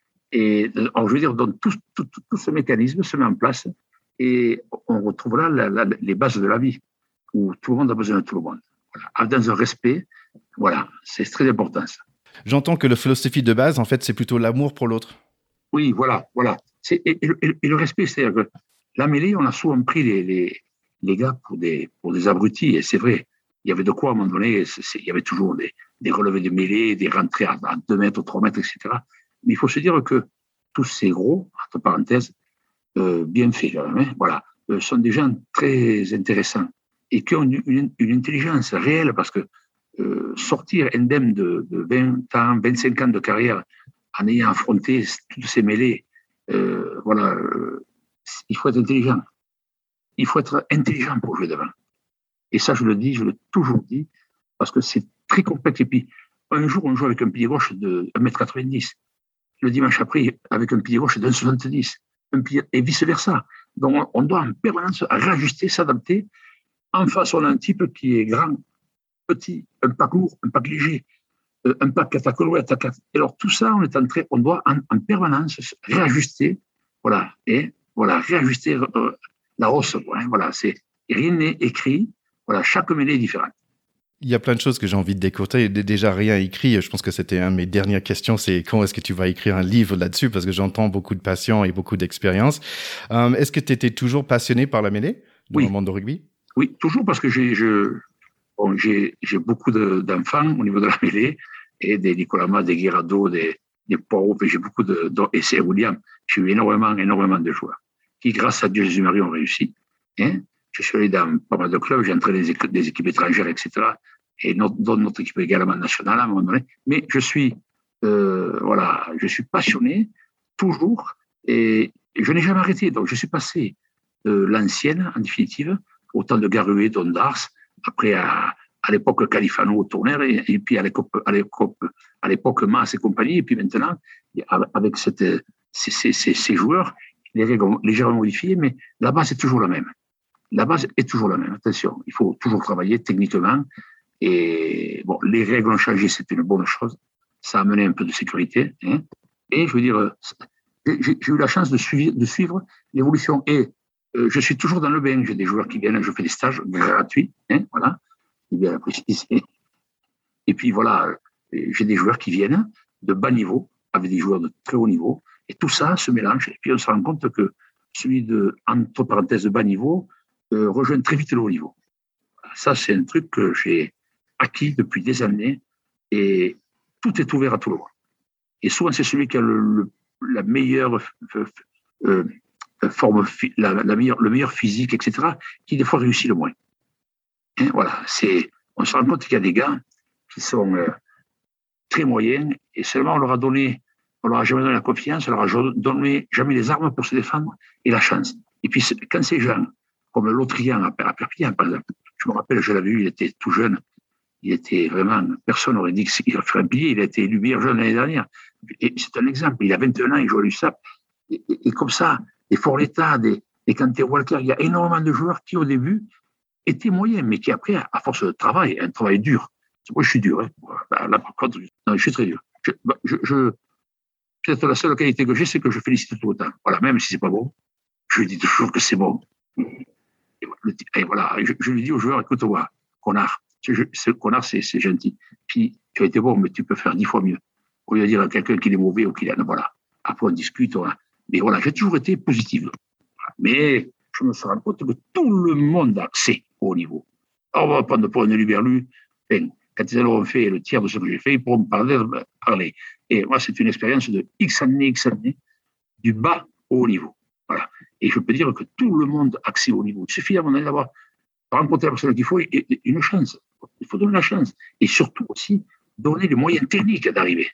Et alors, je veux dire, donc, tout, tout, tout, tout ce mécanisme se met en place et on retrouve là la, la, les bases de la vie, où tout le monde a besoin de tout le monde. Voilà. Dans un respect, voilà, c'est très important ça. J'entends que la philosophie de base, en fait, c'est plutôt l'amour pour l'autre. Oui, voilà, voilà. C'est, et, et, et le respect, c'est-à-dire que la mêlée, on a souvent pris les, les, les gars pour des, pour des abrutis, et c'est vrai. Il y avait de quoi, à un moment donné, c'est, il y avait toujours des, des relevés de mêlée, des rentrées à deux mètres, trois mètres, et cetera. Mais il faut se dire que tous ces gros, entre parenthèses, euh, bien faits, hein, voilà, euh, sont des gens très intéressants et qui ont une, une, une intelligence réelle parce que euh, sortir indemne de, de vingt ans, vingt-cinq ans de carrière en ayant affronté toutes ces mêlées, euh, voilà, euh, il faut être intelligent. Il faut être intelligent pour jouer devant. Et ça, je le dis, je l'ai toujours dit, parce que c'est très complexe. Et puis, un jour, on joue avec un pied gauche de un mètre quatre-vingt-dix. Le dimanche après, avec un pied gauche d'un mètre soixante-dix, un pied, et vice-versa. Donc, on doit en permanence réajuster, s'adapter. En face, on a un type qui est grand, petit, un pack lourd, un pack léger, un pack qui attaque loin, attaque. Et alors, tout ça, on est en train, on doit en, en permanence réajuster, voilà, et voilà, réajuster euh, la hausse. Hein, voilà, c'est, rien n'est écrit, voilà, chaque mêlée est différente. Il y a plein de choses que j'ai envie de découvrir. Déjà, rien écrit. Je pense que c'était une de mes dernières questions. C'est quand est-ce que tu vas écrire un livre là-dessus? Parce que j'entends beaucoup de passion et beaucoup d'expérience. Euh, est-ce que tu étais toujours passionné par la mêlée dans oui. le monde de rugby? Oui, toujours parce que j'ai, je, bon, j'ai, j'ai beaucoup de, d'enfants au niveau de la mêlée et des Nicolas Mas, des Guirado, des, des Poirot. Et j'ai beaucoup de, de et c'est William. J'ai eu énormément, énormément de joueurs qui, grâce à Dieu Jésus-Marie, ont réussi. Hein? Je suis allé dans pas mal de clubs, j'ai entraîné des, équipes, des équipes étrangères, et cetera. Et notre, dans notre équipe également nationale à un moment donné. Mais je suis, euh, voilà, je suis passionné toujours et je n'ai jamais arrêté. Donc je suis passé euh, l'ancienne, en définitive, autant de Garué, d'Ondars, après à, à l'époque Califano, Tourner, et, et puis à l'époque, à, l'époque, à l'époque Mas et compagnie, et puis maintenant, avec cette, ces, ces, ces, ces joueurs, les règles ont légèrement modifiées, mais la base est toujours la même. La base est toujours la même. Attention, il faut toujours travailler techniquement. Et bon, les règles ont changé, c'est une bonne chose. Ça a amené un peu de sécurité. Hein. Et je veux dire, j'ai, j'ai eu la chance de suivre, de suivre l'évolution. Et euh, je suis toujours dans le bain. J'ai des joueurs qui viennent, je fais des stages gratuits. Hein, voilà, c'est bien précisé. Et puis voilà, j'ai des joueurs qui viennent de bas niveau avec des joueurs de très haut niveau. Et tout ça se mélange. Et puis on se rend compte que celui de, entre parenthèses, de bas niveau euh, rejoint très vite le haut niveau. Ça, c'est un truc que j'ai acquis depuis des années et tout est ouvert à tout le monde. Et souvent, c'est celui qui a le, le, la meilleure euh, euh, forme, la, la meilleure, le meilleur physique, et cetera, qui des fois réussit le moins. Hein, voilà, c'est, on se rend compte qu'il y a des gars qui sont euh, très moyens et seulement on leur a donné, on leur a jamais donné la confiance, on leur a donné jamais les armes pour se défendre et la chance. Et puis quand ces gens, comme l'Autrian à Perpignan, par exemple, je me rappelle, je l'avais vu, il était tout jeune, il était vraiment, personne n'aurait dit qu'il ferait un pilier, il a été élu meilleur jeune l'année dernière. Et c'est un exemple, il a vingt et un ans, il joue à l'U S A P. Et, et, et comme ça, des Forletta, des, des Canté Walker, il y a énormément de joueurs qui, au début, étaient moyens, mais qui, après, à force de travail, un travail dur. Moi, je suis dur. Hein. Là, par contre, non, je suis très dur. Je, je, je, peut-être la seule qualité que j'ai, c'est que je félicite tout le temps. Voilà, même si c'est pas bon, je lui dis toujours que c'est bon. Et voilà, je, je lui dis aux joueurs, écoute-moi, connard, ce connard, c'est, c'est gentil. Puis, tu as été bon, mais tu peux faire dix fois mieux. Au lieu de dire à quelqu'un qu'il est mauvais ou qu'il est... Voilà. Après, on discute. Voilà. Mais voilà, j'ai toujours été positif. Mais je me suis rendu compte que tout le monde a accès au haut niveau. Alors, on va prendre pour un Luberlu. Enfin, quand ils auront fait le tiers de ce que j'ai fait, ils pourront me parler, parler. Et moi, c'est une expérience de X années, X années, du bas au haut niveau. Voilà. Et je peux dire que tout le monde a accès au haut niveau. Il suffit à mon avis d'avoir rencontré la personne qu'il faut et, et une chance. Il faut donner la chance. Et surtout aussi, donner les moyens techniques d'arriver.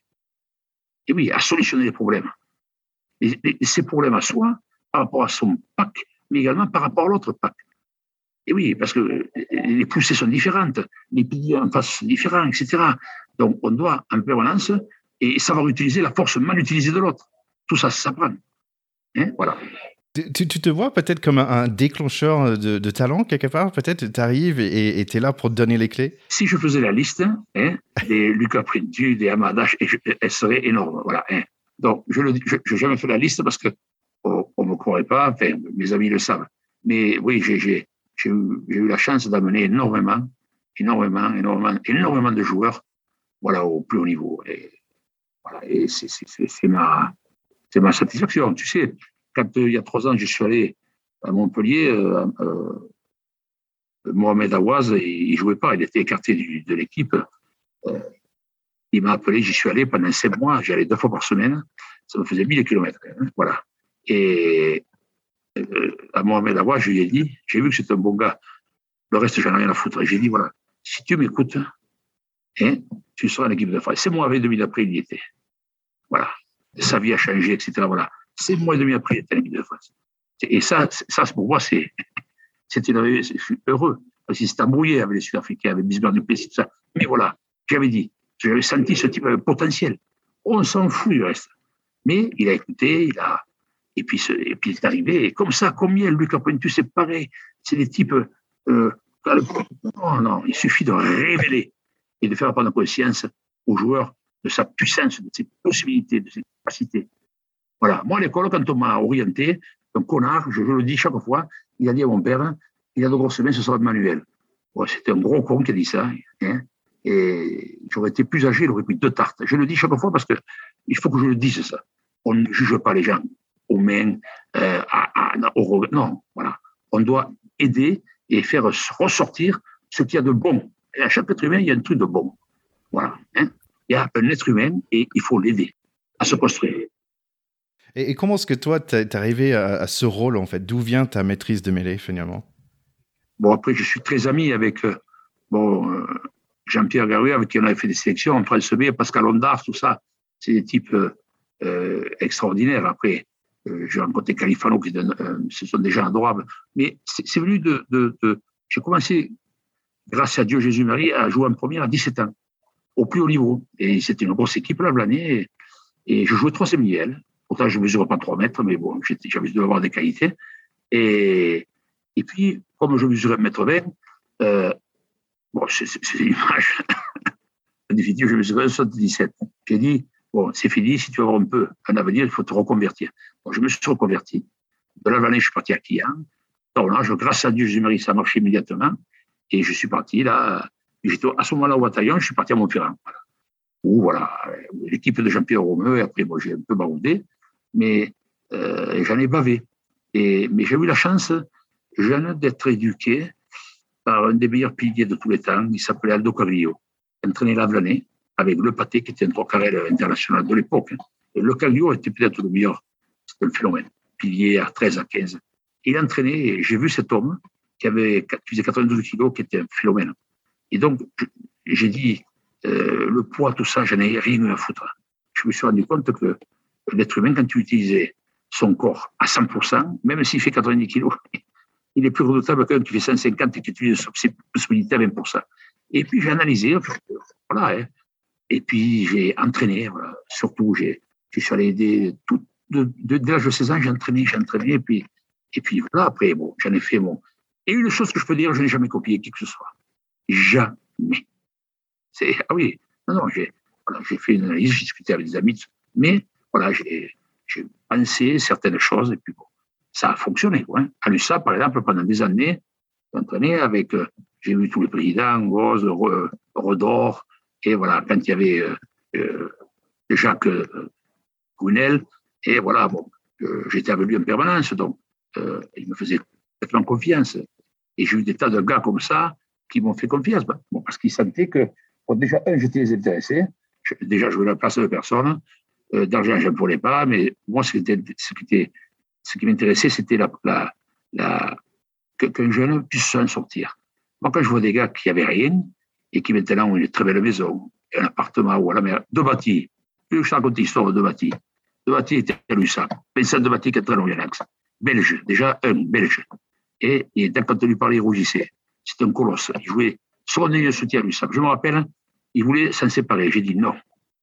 Et oui, à solutionner les problèmes. Et, et ces problèmes à soi, par rapport à son pack, mais également par rapport à l'autre pack. Et oui, parce que les poussées sont différentes, les piliers en face sont différents, et cetera. Donc, on doit, en permanence, et savoir utiliser la force mal utilisée de l'autre. Tout ça, ça s'apprend. Hein, voilà. Tu, tu te vois peut-être comme un, un déclencheur de, de talent, quelque part? Peut-être tu arrives et tu es là pour te donner les clés? Si je faisais la liste hein, des Lucas Printu, des Amadash, elle serait énorme. Voilà, hein. Donc, je n'ai jamais fait la liste parce qu'on oh, ne me croirait pas, enfin, mes amis le savent. Mais oui, j'ai, j'ai, j'ai, eu, j'ai eu la chance d'amener énormément, énormément, énormément, énormément de joueurs voilà, au plus haut niveau. Et, voilà, et c'est, c'est, c'est, c'est, ma, c'est ma satisfaction. Tu sais, quand euh, il y a trois ans, je suis allé à Montpellier, euh, euh, Mohamed Awaz, il ne jouait pas, il était écarté du, de l'équipe. Euh, il m'a appelé, j'y suis allé pendant sept mois, j'y allais deux fois par semaine, ça me faisait mille kilomètres. Hein, voilà. Et euh, à Mohamed Awaz, je lui ai dit, j'ai vu que c'était un bon gars, le reste, j'en ai rien à foutre. Et j'ai dit, voilà, si tu m'écoutes, hein, tu seras en équipe de France. C'est moi, avec deux mille après, il y était. Voilà. Sa vie a changé, et cetera. Voilà. C'est mois et demi après, il était en équipe de France. Et ça, ça pour moi, c'est, c'était une, je suis heureux. Parce qu'il s'est embrouillé avec les Sud-Africains, avec Bismarck du Plessis, tout ça. Mais voilà, j'avais dit, j'avais senti ce type de potentiel. On s'en fout du reste. Mais il a écouté, il a, et puis, ce, et puis il est arrivé. Et comme ça, combien Lucas Printu, c'est pareil. C'est des types, euh, non, non, il suffit de révéler et de faire prendre conscience aux joueurs de sa puissance, de ses possibilités, de ses capacités. Voilà. Moi, à l'école, quand on m'a orienté, un connard, je, je le dis chaque fois, il a dit à mon père, il a de grosses mains, ce sera Manuel. Bon, c'était un gros con qui a dit ça. Hein, et j'aurais été plus âgé, il aurait pris deux tartes. Je le dis chaque fois parce que il faut que je le dise, ça. On ne juge pas les gens aux mains, euh, à, à, au, non, voilà. On doit aider et faire ressortir ce qu'il y a de bon. Et à chaque être humain, il y a un truc de bon. Voilà. Hein, il y a un être humain et il faut l'aider à se construire. Et, et comment est-ce que toi, tu es arrivé à, à ce rôle, en fait? D'où vient ta maîtrise de mêlée, finalement? Bon, après, je suis très ami avec euh, bon, euh, Jean-Pierre Garouet, avec qui on avait fait des sélections, en France B, Pascal Ondars, tout ça. C'est des types euh, euh, extraordinaires. Après, Euh, j'ai rencontré Califano, qui est un, un, ce sont des gens adorables. Mais c'est, c'est venu de, de, de. J'ai commencé, grâce à Dieu Jésus-Marie, à jouer en première à dix-sept ans, au plus haut niveau. Et c'était une grosse équipe, là, l'année. Et, et je jouais troisième I L. Pourtant, je ne mesure pas trois mètres, mais bon, j'avais dû avoir des qualités. Et, et puis, comme je mesurais un mètre vingt, euh, bon, c'est, c'est, c'est une image. En définitive, je mesurais un mètre soixante-dix-sept. J'ai dit, bon, c'est fini, si tu veux avoir un peu un avenir, il faut te reconvertir. Donc, je me suis reconverti. De la vallée, je suis parti à Quillan. Donc là, je, grâce à Dieu, Jésus-Marie, ça a marché immédiatement. Et je suis parti là. J'étais à ce moment-là au bataillon, je suis parti à Montferrand. Voilà. Où, voilà, l'équipe de Jean-Pierre Romeu, et après, moi, j'ai un peu baroudé, mais euh, j'en ai bavé. Et, mais j'ai eu la chance, jeune, d'être éduqué par un des meilleurs piliers de tous les temps. Il s'appelait Aldo Caglio, entraîné l'Avlanais, avec Le Paté, qui était un trois carrels international de l'époque. Et le Caglio était peut-être le meilleur. C'était un phénomène. Pilier à treize à quinze. Il entraînait, et j'ai vu cet homme qui avait qui faisait quatre-vingt-douze kilos, qui était un phénomène. Et donc, j'ai dit, euh, le poids, tout ça, j'en ai rien eu à foutre. Je me suis rendu compte que l'être humain, quand tu utilisais son corps à cent pour cent, même s'il fait quatre-vingt-dix kilos, il est plus redoutable qu'un qui fait cent cinquante et qui utilise ses possibilités à vingt pour cent. Et puis, j'ai analysé, voilà, hein. Et puis, j'ai entraîné, voilà. Surtout, j'ai, je suis allé aider tout, de, de, dès l'âge de seize ans, j'ai entraîné, j'ai entraîné, et puis, et puis voilà, après, bon, j'en ai fait, bon. Et une chose que je peux dire, je n'ai jamais copié qui que ce soit. Jamais. C'est, ah oui, non, non, j'ai, voilà, j'ai fait une analyse, j'ai discuté avec des amis, mais voilà, j'ai, j'ai pensé certaines choses, et puis bon, ça a fonctionné, quoi, hein. À l'U S A, par exemple, pendant des années, j'ai entraîné avec, euh, j'ai vu tous les présidents, Rose, Redor, et voilà, quand il y avait euh, euh, Jacques euh, Gounel, et voilà, bon, euh, j'étais avec lui en permanence, donc euh, il me faisait complètement confiance. Et j'ai eu des tas de gars comme ça qui m'ont fait confiance, bon, parce qu'ils sentaient que, bon, déjà, un, j'étais les intéressé, je, déjà, je voulais la place de personne, euh, d'argent, je ne voulais pas, mais moi, ce qui, était, ce qui, était, ce qui m'intéressait, c'était la, la, la, que, qu'un jeune puisse s'en sortir. Moi, quand je vois des gars qui n'avaient rien, et qui maintenant ont une très belle maison, un appartement ou à la mer, de Bâti, je te raconte l'histoire de Bâti. De Bâti était à l'U S A, Vincent de Bâti qui est très long, belge, déjà un belge. Et, et quand on lui parlait, il rougissait. C'était un colosse. Il jouait secondaire de soutien à l'U S A. Je me rappelle, il voulait s'en séparer. J'ai dit non.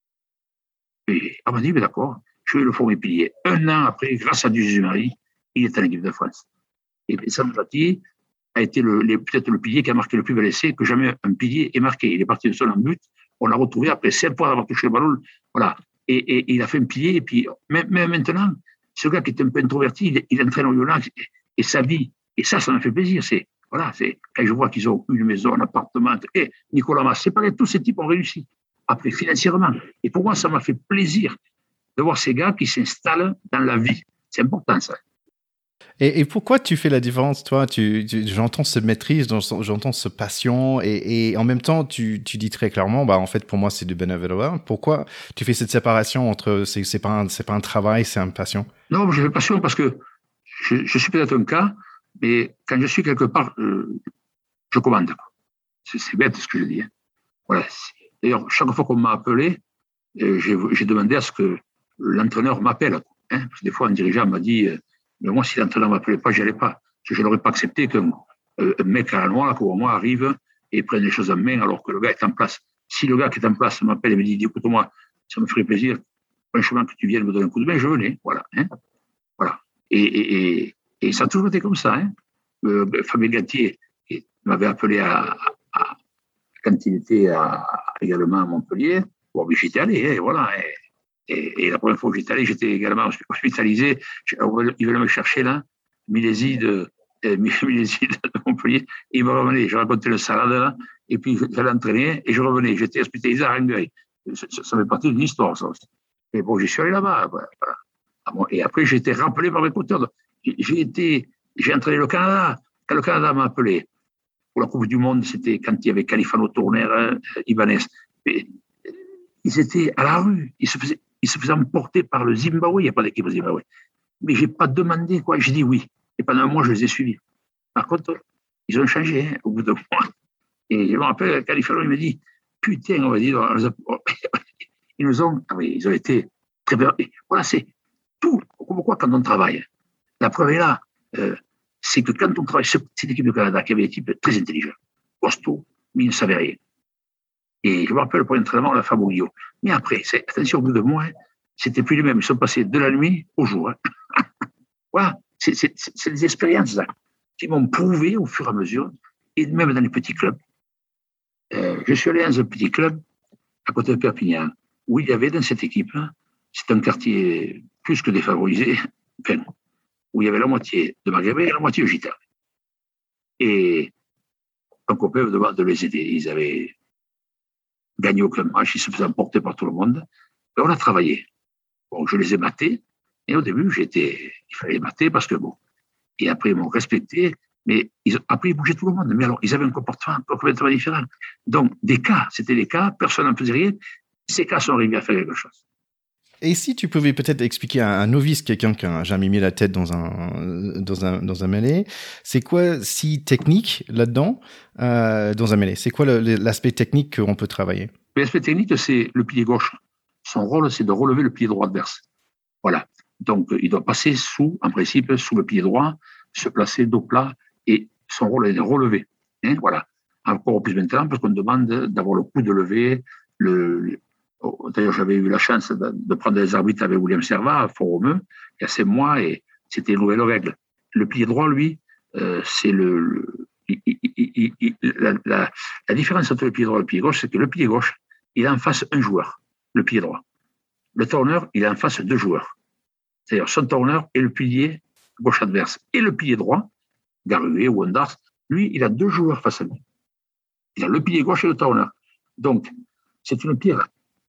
Et on m'a dit, mais d'accord, je vais le former pilier. Un an après, grâce à Dieu Jésus-Marie, il est en équipe de France. Et Vincent de Bâti a été le, les, peut-être le pilier qui a marqué le plus bel essai que jamais un pilier ait marqué. Il est parti de seul en but. On l'a retrouvé après sept fois d'avoir touché le ballon. Voilà. Et, et, et il a fait un pilier. Et puis, même, même maintenant, ce gars qui est un peu introverti, il, il entraîne au Yonax et, et sa vie. Et ça, ça m'a fait plaisir. C'est, voilà, c'est, quand je vois qu'ils ont une maison, un appartement, et Nicolas Mas, c'est pareil, tous ces types ont réussi. Après, financièrement. Et pour moi, ça m'a fait plaisir de voir ces gars qui s'installent dans la vie. C'est important, ça. Et, et pourquoi tu fais la différence, toi tu, tu, j'entends ce maîtrise, j'entends ce passion, et, et en même temps, tu, tu dis très clairement, bah en fait, pour moi, c'est du bénévolat. Pourquoi tu fais cette séparation entre, c'est, c'est pas un, c'est pas un travail, c'est une passion? Non, je fais passion parce que je, je suis peut-être un cas, mais quand je suis quelque part, euh, je commande. C'est, c'est bête ce que je dis. Hein. Voilà. D'ailleurs, chaque fois qu'on m'a appelé, euh, j'ai, j'ai demandé à ce que l'entraîneur m'appelle. Hein, parce que des fois, un dirigeant m'a dit. Euh, Mais moi, si l'entraîneur ne m'appelait pas, je n'y allais pas. Je n'aurais pas accepté qu'un euh, un mec à la noix, pour moi, arrive et prenne les choses en main alors que le gars est en place. Si le gars qui est en place m'appelle et me dit, écoute-moi, ça me ferait plaisir, franchement, que tu viennes me donner un coup de main, je venais. Voilà. Hein, voilà. Et, et, et, et ça a toujours été comme ça. Hein. Euh, Fabien Gattier m'avait appelé à, à, quand il était à, également à Montpellier. Bon, mais j'étais allé, hein, voilà. Et, Et, et la première fois que j'étais allé, j'étais également hospitalisé. Ils veulent me chercher là, Milésie de, euh, Milésie de Montpellier. Et ils me revenaient. Je racontais le salade là, et puis j'allais entraîner et je revenais. J'étais hospitalisé à Rangueil. Ça, ça, ça fait partie d'une histoire, ça aussi. Et bon, j'y suis allé là-bas. Voilà. Et après, j'ai été rappelé par mes couteurs. J'ai été, j'ai entraîné le Canada. Quand le Canada m'a appelé pour la Coupe du Monde, c'était quand il y avait Califano, Tourner, hein, Ibanez. Et, ils étaient à la rue. Ils se faisaient Il se faisait emporter par le Zimbabwe. Il n'y a pas d'équipe au Zimbabwe. Mais je n'ai pas demandé, quoi. J'ai dit oui. Et pendant un mois, je les ai suivis. Par contre, ils ont changé hein, au bout de mois. Et je me rappelle, Califano, il me dit putain, on va dire, ils nous ont, ah oui, ils ont été très bien. Et voilà, c'est tout. comme quoi, quand on travaille, la preuve est là, euh, c'est que quand on travaille, cette équipe de Canada qui avait des types très intelligents, costauds, mais ils ne savaient rien. Et je me rappelle pour l'entraînement, la Fab Guillot. Mais après, c'est, attention, au bout de mois, hein, c'était plus les mêmes. Ils sont passés de la nuit au jour. Hein. Voilà, c'est, c'est, c'est des expériences là, qui m'ont prouvé au fur et à mesure, et même dans les petits clubs. Euh, je suis allé dans un petit club à côté de Perpignan, où il y avait dans cette équipe, hein, c'est un quartier plus que défavorisé, enfin, où il y avait la moitié de Maghrébins et la moitié de Gitanes. Et un copain me demande de les aider. Ils avaient gagné aucun match, ils se faisaient emporter par tout le monde. Et on a travaillé. Bon, je les ai matés. Et au début, j'étais, il fallait les mater parce que bon. Et après, ils m'ont respecté. Mais ils, après, ils bougeaient tout le monde. Mais alors, ils avaient un comportement complètement différent. Donc, des cas, c'était des cas, personne n'en faisait rien. Ces cas sont arrivés à faire quelque chose. Et si tu pouvais peut-être expliquer à un novice, quelqu'un qui n'a jamais mis la tête dans un, dans un, dans un mêlée, c'est quoi si technique là-dedans, euh, dans un mêlée? C'est quoi le, l'aspect technique qu'on peut travailler? L'aspect technique, c'est le pied gauche. Son rôle, c'est de relever le pied droit adverse. Voilà. Donc, il doit passer sous, en principe, sous le pied droit, se placer dos plat, et son rôle est de relever. Hein, voilà. Encore plus maintenant, parce qu'on demande d'avoir le coup de lever, le, le D'ailleurs, j'avais eu la chance de, de prendre des arbitres avec William Servat à Fort-Romeu, il y a sept mois, et c'était une nouvelle règle. Le pied droit, lui, euh, c'est le, le il, il, il, la, la, la différence entre le pied droit et le pied gauche, c'est que le pied gauche, il a en face un joueur, le pied droit. Le tourneur, il a en face deux joueurs. C'est-à-dire son tourneur et le pilier gauche adverse. Et le pilier droit, Garué ou Ondars, lui, il a deux joueurs face à lui. Il a le pilier gauche et le tourneur. Donc, c'est une pierre.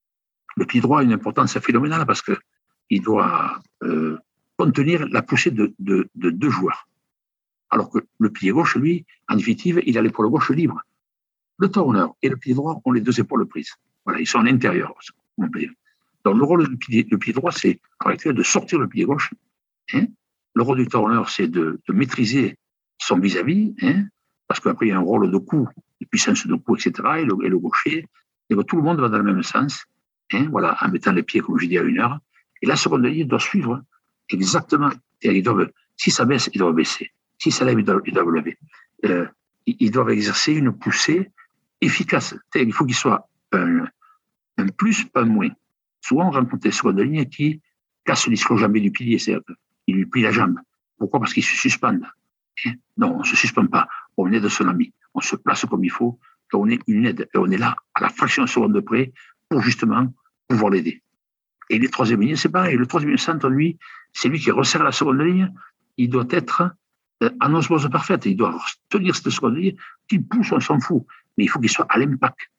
Le pied droit a une importance phénoménale parce qu'il doit euh, contenir la poussée de, de, de deux joueurs. Alors que le pied gauche, lui, en définitive, il a l'épaule gauche libre. Le tourneur et le pied droit ont les deux épaules prises. Voilà, ils sont à l'intérieur. Donc le rôle du pied, du pied droit, c'est de sortir le pied gauche. Hein. Le rôle du tourneur, c'est de, de maîtriser son vis-à-vis, hein, parce qu'après, il y a un rôle de coup, de puissance de coup, et cetera. Et le, et le gaucher, et ben, tout le monde va dans le même sens. Hein, voilà, en mettant les pieds, comme je dis, à une heure. Et la seconde ligne doit suivre exactement. Et ils doivent, si ça baisse, ils doivent baisser. Si ça lève, ils doivent, ils doivent lever. Euh, ils doivent exercer une poussée efficace. Il faut qu'il soit un, un plus, pas un moins. Souvent, on rencontre des secondes lignes qui cassent l'ischio-jambier du pilier, c'est-à-dire qu'ils lui plient la jambe. Pourquoi? Parce qu'ils se suspendent. Hein, non, on ne se suspend pas. On aide son ami. On se place comme il faut. Et on est une aide. Et on est là, à la fraction de seconde de près, pour justement pouvoir l'aider. Et les troisième lignes, c'est pareil. Le troisième centre, lui, c'est lui qui resserre la seconde ligne. Il doit être en osmose parfaite. Il doit tenir cette seconde ligne. Qu'il pousse, on s'en fout. Mais il faut qu'il soit à l'impact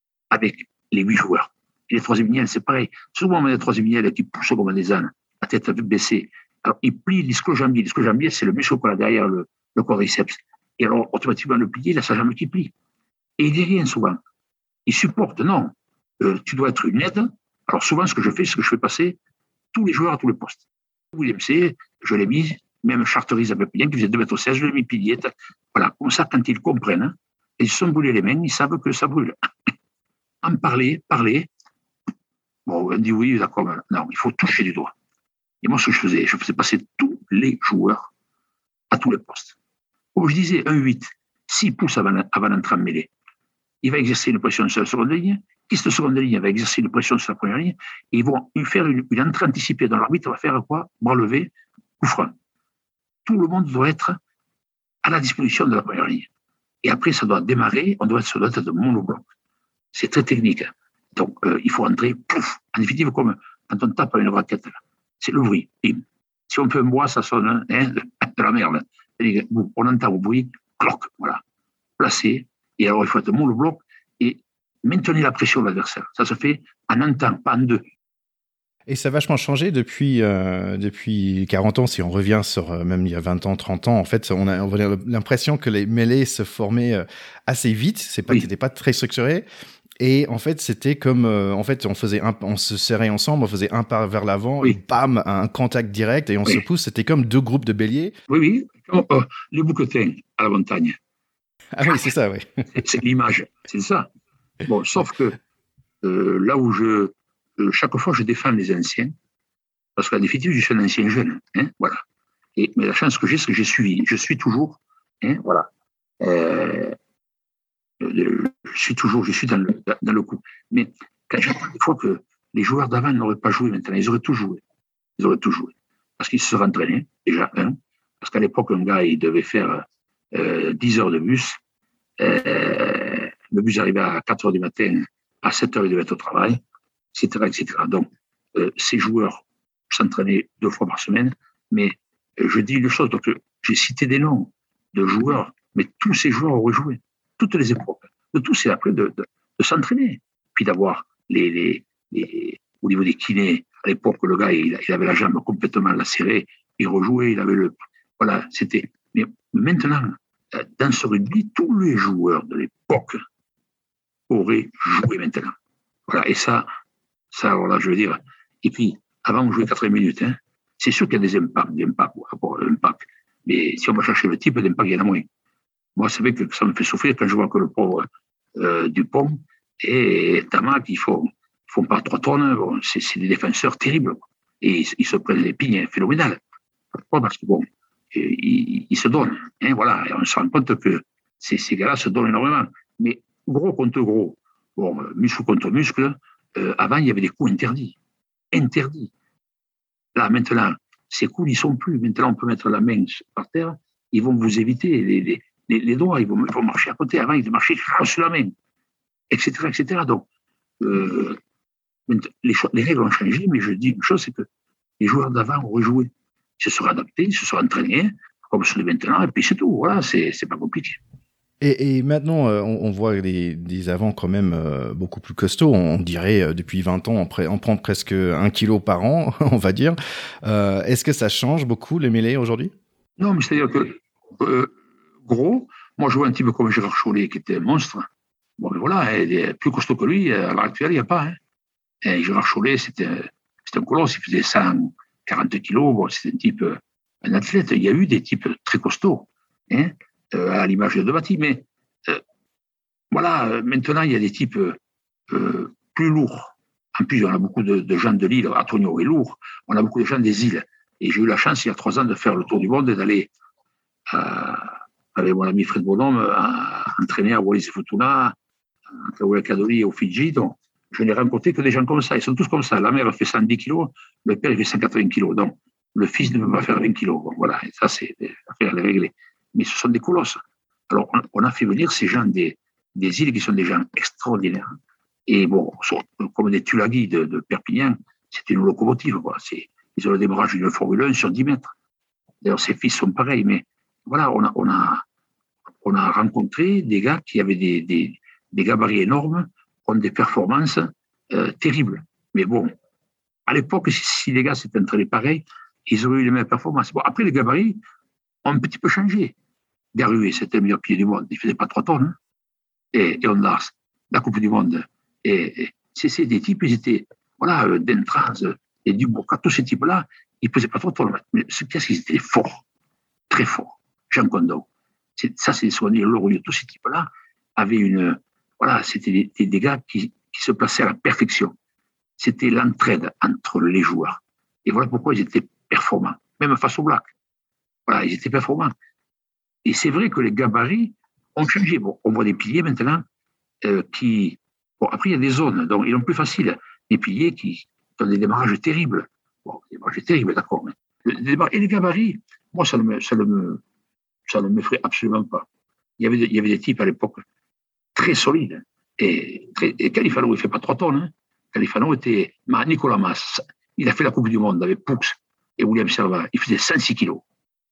avec les huit joueurs. Et les troisième lignes, c'est pareil. Souvent, on a des troisième lignes qui poussent comme des ânes, la tête baissée. Alors, il plie l'ischio-jambier. L'ischio-jambier, c'est le muscle qu'on a derrière le, le quadriceps. Et alors, automatiquement, le plié, il a sa jambe qui plie. Et il dit rien souvent. Il supporte, non. Euh, tu dois être une aide. Alors souvent, ce que je fais, c'est que je fais passer tous les joueurs à tous les postes. William C, je l'ai mis, même Charterise à Perpignan, qui faisait deux mètres seize, je l'ai mis pilier. Voilà, comme ça, quand ils comprennent, hein, ils se sont brûlés les mains, ils savent que ça brûle. En parler, parler. Bon, on dit oui, d'accord, non, il faut toucher du doigt. Et moi, ce que je faisais, je faisais passer tous les joueurs à tous les postes. Comme je disais, un huit, s'il pousse avant, avant d'entrer en mêlée, il va exercer une pression sur la seconde ligne, qui cette seconde ligne va exercer une pression sur la première ligne, et ils vont faire une, une entrée anticipée dans l'arbitre va faire quoi? Bras levé, coup franc. Tout le monde doit être à la disposition de la première ligne. Et après, ça doit démarrer, on doit être sur notre monobloc. C'est très technique. Donc, euh, il faut entrer, pouf, en définitive, comme quand on tape à une raquette. Là. C'est le bruit. Et si on fait un bois, ça sonne hein, de la merde. On entend le bruit, cloc, voilà. Placé. Et alors, il faut être monobloc et maintenir la pression de l'adversaire. Ça se fait en un temps, pas en deux. Et ça a vachement changé depuis, euh, depuis quarante ans, si on revient sur euh, même il y a vingt ans, trente ans. En fait, on a, on a l'impression que les mêlées se formaient euh, assez vite. C'est pas, oui. C'était pas très structuré. Et en fait, c'était comme, euh, en fait, on faisait un, on se serrait ensemble, on faisait un pas vers l'avant, oui. Et bam, un contact direct et on oui. se pousse. C'était comme deux groupes de béliers. Oui, oui. Oh, oh, les bouquetins à la montagne. Ah oui, c'est ça, oui. c'est, c'est l'image, c'est ça. Bon, sauf que euh, là où je, euh, chaque fois, je défends les anciens, parce qu'en définitive, je suis un ancien jeune. Hein, voilà. Et, mais la chance que j'ai, c'est que j'ai suivi. Je suis toujours. Hein, voilà. Euh, je suis toujours, je suis dans le, dans le coup. Mais quand j'entends des fois que les joueurs d'avant n'auraient pas joué maintenant, ils auraient tout joué. Ils auraient tout joué. Parce qu'ils se seraient entraînés, déjà, un. Parce qu'à l'époque, un gars, il devait faire euh, dix heures de bus. Euh, le bus arrivait à quatre heures du matin. À sept heures, il devait être au travail, et cetera, et cetera. Donc, euh, ces joueurs s'entraînaient deux fois par semaine. Mais euh, je dis une chose, donc, j'ai cité des noms de joueurs, mais tous ces joueurs auraient joué. Toutes les époques. De tout, c'est après de, de, de s'entraîner. Puis d'avoir les, les, les, au niveau des kinés, à l'époque, le gars, il, il avait la jambe complètement lacérée, il rejouait, il avait le. Voilà, c'était. Mais maintenant, dans ce rugby, tous les joueurs de l'époque auraient joué maintenant. Voilà, et ça, ça, voilà, je veux dire. Et puis, avant, on jouait quatre-vingts minutes. Hein. C'est sûr qu'il y a des impacts, des impacts, impacts. Mais si on va chercher le type d'impact, il y en a moins. Moi, c'est vrai que ça me fait souffrir quand je vois que le pauvre euh, Dupont et Tamac, ils font, ils font pas trois tonnes. Bon, c'est, c'est des défenseurs terribles. Et ils, ils se prennent des pignes phénoménales. Pourquoi ? Parce que bon, ils, ils se donnent. Hein, voilà. Et on se rend compte que ces, ces gars-là se donnent énormément. Mais gros contre gros, bon, muscle contre muscle, euh, avant, il y avait des coups interdits. Interdits. Là, maintenant, ces coups n'y sont plus. Maintenant, on peut mettre la main par terre. Ils vont vous éviter les, les, les, les doigts. Ils vont, ils vont marcher à côté. Avant, ils marchaient sur la main, et cetera, et cetera. Donc, euh, les, les règles ont changé, mais je dis une chose, c'est que les joueurs d'avant ont rejoué. Ils se sont adaptés, ils se sont entraînés, comme ceux de maintenant, et puis c'est tout. Voilà, c'est, c'est pas compliqué. Et, et maintenant, euh, on, on voit des, des avants quand même euh, beaucoup plus costauds. On dirait, euh, depuis vingt ans, on, pre- on prend presque un kilo par an, on va dire. Euh, est-ce que ça change beaucoup, les mêlées, aujourd'hui ? Non, mais c'est-à-dire que, euh, gros, moi, je vois un type comme Gérard Chollet, qui était un monstre. Bon, mais voilà, il est plus costaud que lui, à l'heure actuelle, il n'y a pas. Hein. Et Gérard Chollet, c'était, c'était un colosse, il faisait cent quarante kilos. Bon, c'était un type, un athlète. Il y a eu des types très costauds. Hein. Euh, à l'image de Bati, mais euh, voilà, euh, maintenant il y a des types euh, plus lourds. En plus, on a beaucoup de, de gens de l'île. Antonio est lourd. On a beaucoup de gens des îles. Et j'ai eu la chance, il y a trois ans, de faire le tour du monde et d'aller euh, avec mon ami Fred Bonhomme à, entraîner à Wallis et Futuna, à Kaula Kadori et au Fidji. Donc, je n'ai rencontré que des gens comme ça. Ils sont tous comme ça. La mère fait cent dix kilos, le père il fait cent quatre-vingts kilos. Donc, le fils ne peut pas faire vingt kilos. Bon, voilà, et ça, c'est affaire à régler. Mais ce sont des colosses. Alors, on, on a fait venir ces gens des, des îles qui sont des gens extraordinaires. Et bon, sont, comme des Tulagi de, de Perpignan, c'était une locomotive. Quoi. C'est, ils ont le démarrage d'une Formule un sur dix mètres. D'ailleurs, ses fils sont pareils. Mais voilà, on a, on a, on a rencontré des gars qui avaient des, des, des gabarits énormes, ont des performances euh, terribles. Mais bon, à l'époque, si, si les gars s'étaient entraînés pareil, ils auraient eu les mêmes performances. Bon, après, les gabarits ont un petit peu changé. Garué, c'était le meilleur pied du monde. Il ne faisait pas trois tonnes. Hein. Et, et on a la Coupe du Monde. Et, et c'est, c'est des types, ils étaient, voilà, euh, d'Entraz et du Bourca, tous ces types-là, ils ne pesaient pas trois tonnes. Mais ce qu'il y a, c'est qu'ils étaient forts. Très forts. Jean Condon. C'est, ça, c'est ce qu'on dit, l'Orient. Tous ces types-là avaient une. Voilà, c'était des, des, des gars qui, qui se plaçaient à la perfection. C'était l'entraide entre les joueurs. Et voilà pourquoi ils étaient performants. Même face aux Blacks. Voilà, ils étaient performants. Et c'est vrai que les gabarits ont changé. Bon, on voit des piliers maintenant euh, qui... Bon, après, il y a des zones, donc ils ont plus facile. Des piliers qui ont des démarrages terribles. Bon, des démarrages terribles, d'accord. Mais et les gabarits, moi, ça ne me, ça ne me, ça ne m'effraie absolument pas. Il y avait, il y avait des types à l'époque très solides. Et, très, et Califano, il ne fait pas trois tonnes. Hein. Califano était... Nicolas Mas, il a fait la Coupe du Monde avec Poux et William Servat. Il faisait cent six kilos.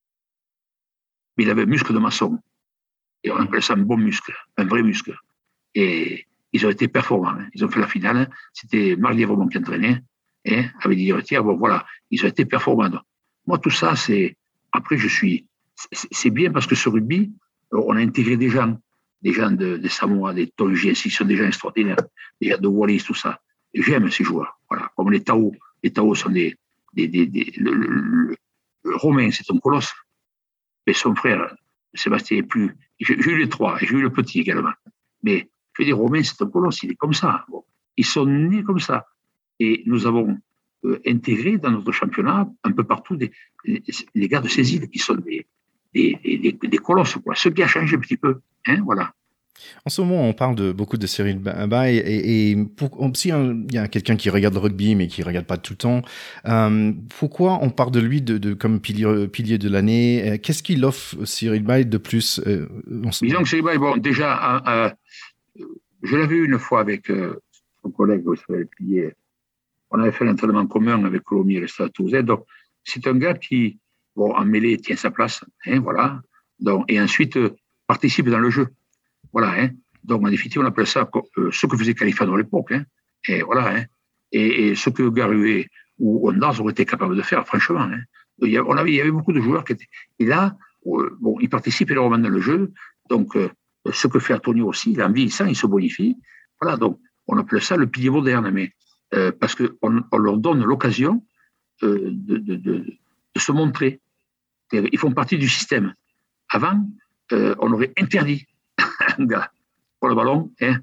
Mais il avait un muscle de maçon. Et on appelait ça un bon muscle, un vrai muscle. Et ils ont été performants. Ils ont fait la finale. C'était Marc Lièvremont qui entraînait, hein, avec des tiers. Bon, voilà, ils ont été performants. Donc, moi, tout ça, c'est... Après, je suis... C'est, c'est bien parce que ce rugby, on a intégré des gens, des gens de, de Samoa, des Tongi, qui sont des gens extraordinaires, des gens de Wallis, tout ça. Et j'aime ces joueurs. Voilà, comme les Tao. Les Tao sont des... des, des, des le, le, le, le Romain, c'est un colosse. Mais son frère, Sébastien, est plus... J'ai, j'ai eu les trois, et j'ai eu le petit également. Mais je veux dire, Romain, c'est un colosse, il est comme ça. Bon. Ils sont nés comme ça. Et nous avons euh, intégrer dans notre championnat un peu partout des, les, les gars de ces îles qui sont des, des, des, des colosses, quoi. Ce qui a changé un petit peu, hein, voilà. En ce moment, on parle de beaucoup de Cyril Bay et, et pour, si il y a quelqu'un qui regarde le rugby mais qui regarde pas tout le temps, euh, pourquoi on parle de lui de, de comme pilier, pilier de l'année? Qu'est-ce qu'il offre Cyril Bay de plus euh, Disons que Cyril Bay, bon, déjà, euh, euh, je l'avais vu une fois avec euh, son collègue, le pilier. On avait fait l'entraînement commun avec Colomiers et le Stade Toulousain. Donc, c'est un gars qui, bon, en mêlée, tient sa place, hein, voilà. Donc, et ensuite, euh, participe dans le jeu. Voilà, hein. Donc, en définitive, on appelle ça euh, ce que faisait Califano à l'époque. Hein. Et voilà, hein. Et, et ce que Garué ou Ondars auraient été capables de faire, franchement. Hein. Il, y avait, on avait, il y avait beaucoup de joueurs qui étaient. Et là, euh, bon, ils participent énormément dans le jeu. Donc, euh, ce que fait Antonio aussi, il en vieillissant, il se bonifie. Voilà, donc, on appelle ça le pilier moderne. Mais euh, parce qu'on on leur donne l'occasion euh, de, de, de, de se montrer. Ils font partie du système. Avant, euh, on aurait interdit un gars pour le ballon, hein,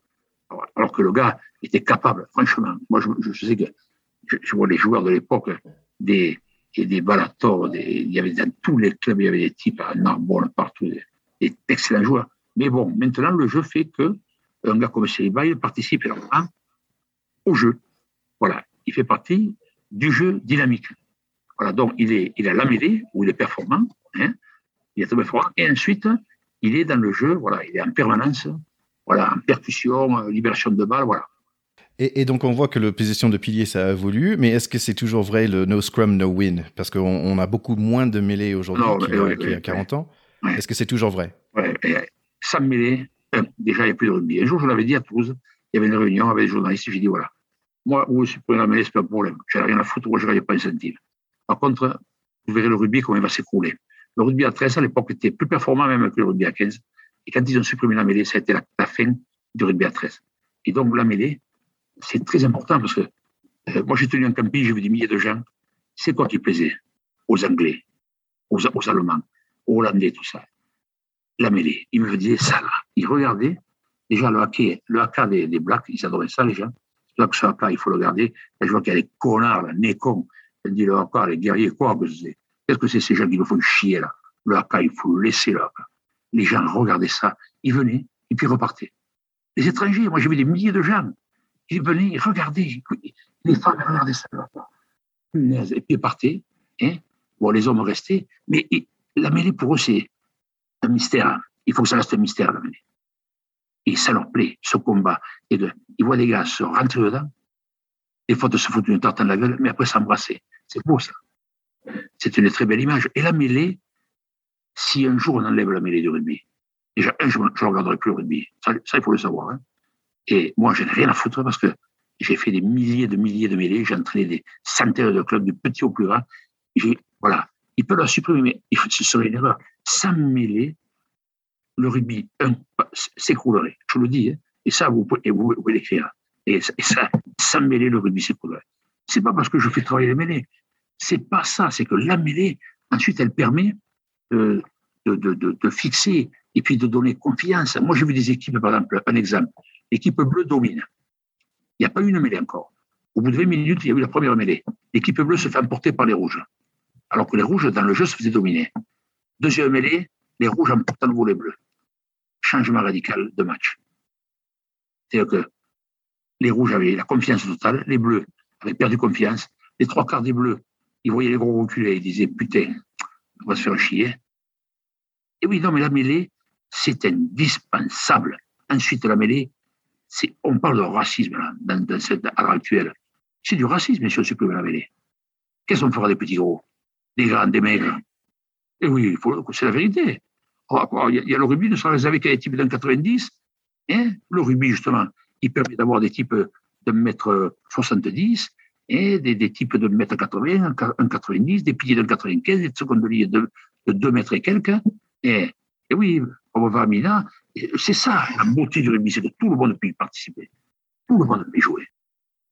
alors que le gars était capable, franchement. Moi, je, je sais que je, je vois les joueurs de l'époque, des, et des Balator, des, il y avait dans tous les clubs, il y avait des types à Narbonne, partout, des, des excellents joueurs. Mais bon, maintenant, le jeu fait que un gars comme Cyril Bay participe énormément au jeu. Voilà, il fait partie du jeu dynamique. Voilà, donc il est, il a la mêlée, où il est performant, hein, il est très performant, et ensuite, il est dans le jeu, voilà, il est en permanence, voilà, en percussion, libération de balles, voilà. Et, et donc on voit que la position de pilier ça a évolué, mais est-ce que c'est toujours vrai le no scrum, no win? Parce qu'on on a beaucoup moins de mêlées aujourd'hui non, qu'il, ouais, qu'il y a quarante ouais. ans. Ouais. Est-ce que c'est toujours vrai? Ouais, sans mêlée, déjà il n'y a plus de rugby. Un jour je l'avais dit à Toulouse, il y avait une réunion avec des journalistes, j'ai dit voilà, moi où je suis pour la mêlée, c'est pas un problème, j'ai rien à foutre, moi je ne gagne pas un centime. Par contre, vous verrez le rugby comment il va s'écrouler. Le rugby à treize à l'époque était plus performant même que le rugby à quinze. Et quand ils ont supprimé la mêlée, ça a été la, la fin du rugby à treize. Et donc la mêlée, c'est très important parce que euh, moi j'ai tenu un camping, j'ai vu des milliers de gens. C'est quoi qui plaisait aux Anglais, aux, aux Allemands, aux Hollandais, tout ça. La mêlée. Ils me disaient ça là. Ils regardaient déjà le hockey, le haka des, des Blacks, ils adoraient ça les gens. Là que ce haka, il faut le garder. Et je vois qu'il y a des connards, là, nez cons. Elle dit le haka, les guerriers, quoi que c'est. Qu'est-ce que c'est ces gens qui nous font chier là? Le haka, il faut le laisser là. Les gens regardaient ça, ils venaient et puis repartaient. Les étrangers, moi j'ai vu des milliers de gens, ils venaient, ils regardaient, les femmes regardaient ça là. Et puis ils partaient, hein. Bon, les hommes restaient, mais la mêlée pour eux c'est un mystère. Il faut que ça reste un mystère la mêlée. Et ça leur plaît, ce combat. Et de, ils voient des gars se rentrer dedans, des fois de se foutre une tarte dans la gueule, mais après s'embrasser. C'est beau ça. C'est une très belle image. Et la mêlée, si un jour on enlève la mêlée du rugby, déjà, un, je ne regarderai plus le rugby. Ça, ça, il faut le savoir. Hein. Et moi, je n'ai rien à foutre parce que j'ai fait des milliers de milliers de mêlées, j'ai entraîné des centaines de clubs, du petit au plus grand. J'ai, voilà. Ils peuvent la supprimer, mais ce serait une erreur. Sans mêlée, le rugby, un, s'écroulerait. Je le dis. Hein. Et ça, vous pouvez, vous, vous pouvez l'écrire. Et, et ça, sans mêlée, le rugby s'écroulerait. C'est pas parce que je fais travailler les mêlées. C'est pas ça. C'est que la mêlée, ensuite, elle permet de, de, de, de, de fixer et puis de donner confiance. Moi, j'ai vu des équipes, par exemple, un exemple. L'équipe bleue domine. Il n'y a pas eu une mêlée encore. Au bout de vingt minutes, il y a eu la première mêlée. L'équipe bleue se fait emporter par les rouges. Alors que les rouges, dans le jeu, se faisaient dominer. Deuxième mêlée, les rouges emportent à nouveau les bleus. Changement radical de match. C'est-à-dire que les rouges avaient la confiance totale, les bleus avaient perdu confiance. Les trois quarts des bleus, ils voyaient les gros reculer, ils disaient putain, on va se faire chier. Et oui, non, mais la mêlée, c'est indispensable. Ensuite, la mêlée, c'est, on parle de racisme là, dans, dans cette art actuelle. C'est du racisme si on supprime la mêlée. Qu'est-ce qu'on fera des petits gros, des grands, des maigres? Et oui, il faut, c'est la vérité. Il y, y a le rugby ne sera réservé qu'à des types d'un quatre-vingt-dix. Hein, le rugby, justement, il permet d'avoir des types de un mètre soixante-dix, et des, des types de un mètre quatre-vingts, un quatre-vingt-dix, des piliers d'un quatre-vingt-quinze, des secondes de ligne de, de deux mètres et quelques. Et, et oui, on va voir Mina. C'est ça, la beauté du rugby, c'est que tout le monde peut y participer. Tout le monde peut y jouer.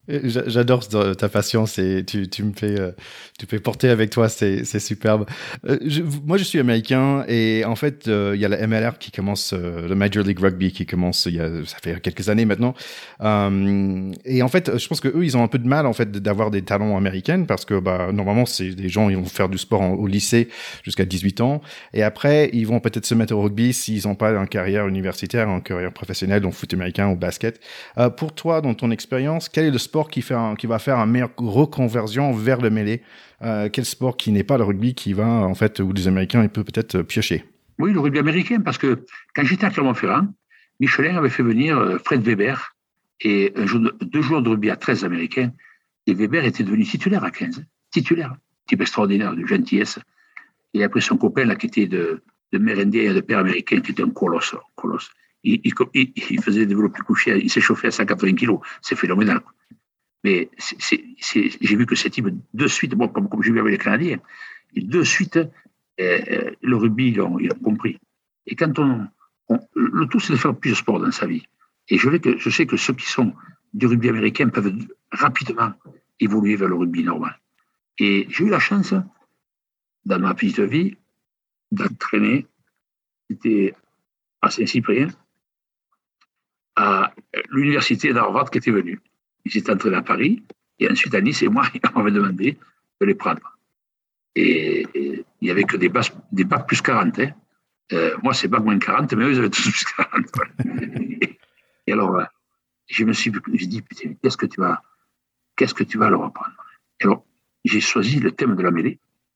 J'adore ta patience et tu, tu me fais, euh, tu fais porter avec toi, c'est, c'est superbe. Euh, je, moi, je suis américain et en fait, il euh, y a la M L R qui commence, euh, le Major League Rugby qui commence, il y a, ça fait quelques années maintenant. Euh, et en fait, je pense que eux, ils ont un peu de mal en fait d'avoir des talents américains parce que bah, normalement, c'est des gens, ils vont faire du sport en, au lycée jusqu'à dix-huit ans et après, ils vont peut-être se mettre au rugby s'ils n'ont pas une carrière universitaire, une carrière professionnelle, donc foot américain ou basket. Euh, pour toi, dans ton expérience, quel est le sport qui, fait un, qui va faire une meilleure reconversion vers le mêlée? Euh, quel sport qui n'est pas le rugby qui va, en fait, où les Américains, ils peuvent peut-être piocher? Oui, le rugby américain, parce que quand j'étais à Clermont-Ferrand, Michelin avait fait venir Fred Weber et un jour de, deux joueurs de rugby à treize américains, et Weber était devenu titulaire à quinze. Titulaire. Type extraordinaire, de gentillesse. Et après son copain, là, qui était de, de mère indienne et de père américain, qui était un colosse. colosse. Il, il, il faisait des développer couché, il s'échauffait à cent quatre-vingts kilos. C'est phénoménal. Mais c'est, c'est, c'est, j'ai vu que ces types, de suite, bon, comme, comme j'ai vu avec les Canadiens, de suite, euh, le rugby, ils l'ont, ils l'ont compris. Et quand on, on. Le tout, c'est de faire plus de sport dans sa vie. Et je, vais que, je sais que ceux qui sont du rugby américain peuvent rapidement évoluer vers le rugby normal. Et j'ai eu la chance, dans ma petite vie, d'entraîner, c'était à Saint-Cyprien, à l'université d'Harvard qui était venue. Ils étaient entraînés à Paris, et ensuite à Nice, et moi, on m'avait demandé de les prendre. Et, et il n'y avait que des, bases, des bacs plus quarante. Hein. Euh, moi, c'est bac moins quarante, mais eux, ils avaient tous plus quarante. et, et alors, je me suis j'ai dit, putain, qu'est-ce que tu vas, qu'est-ce que tu vas leur apprendre? Et alors, j'ai choisi le thème de la mêlée,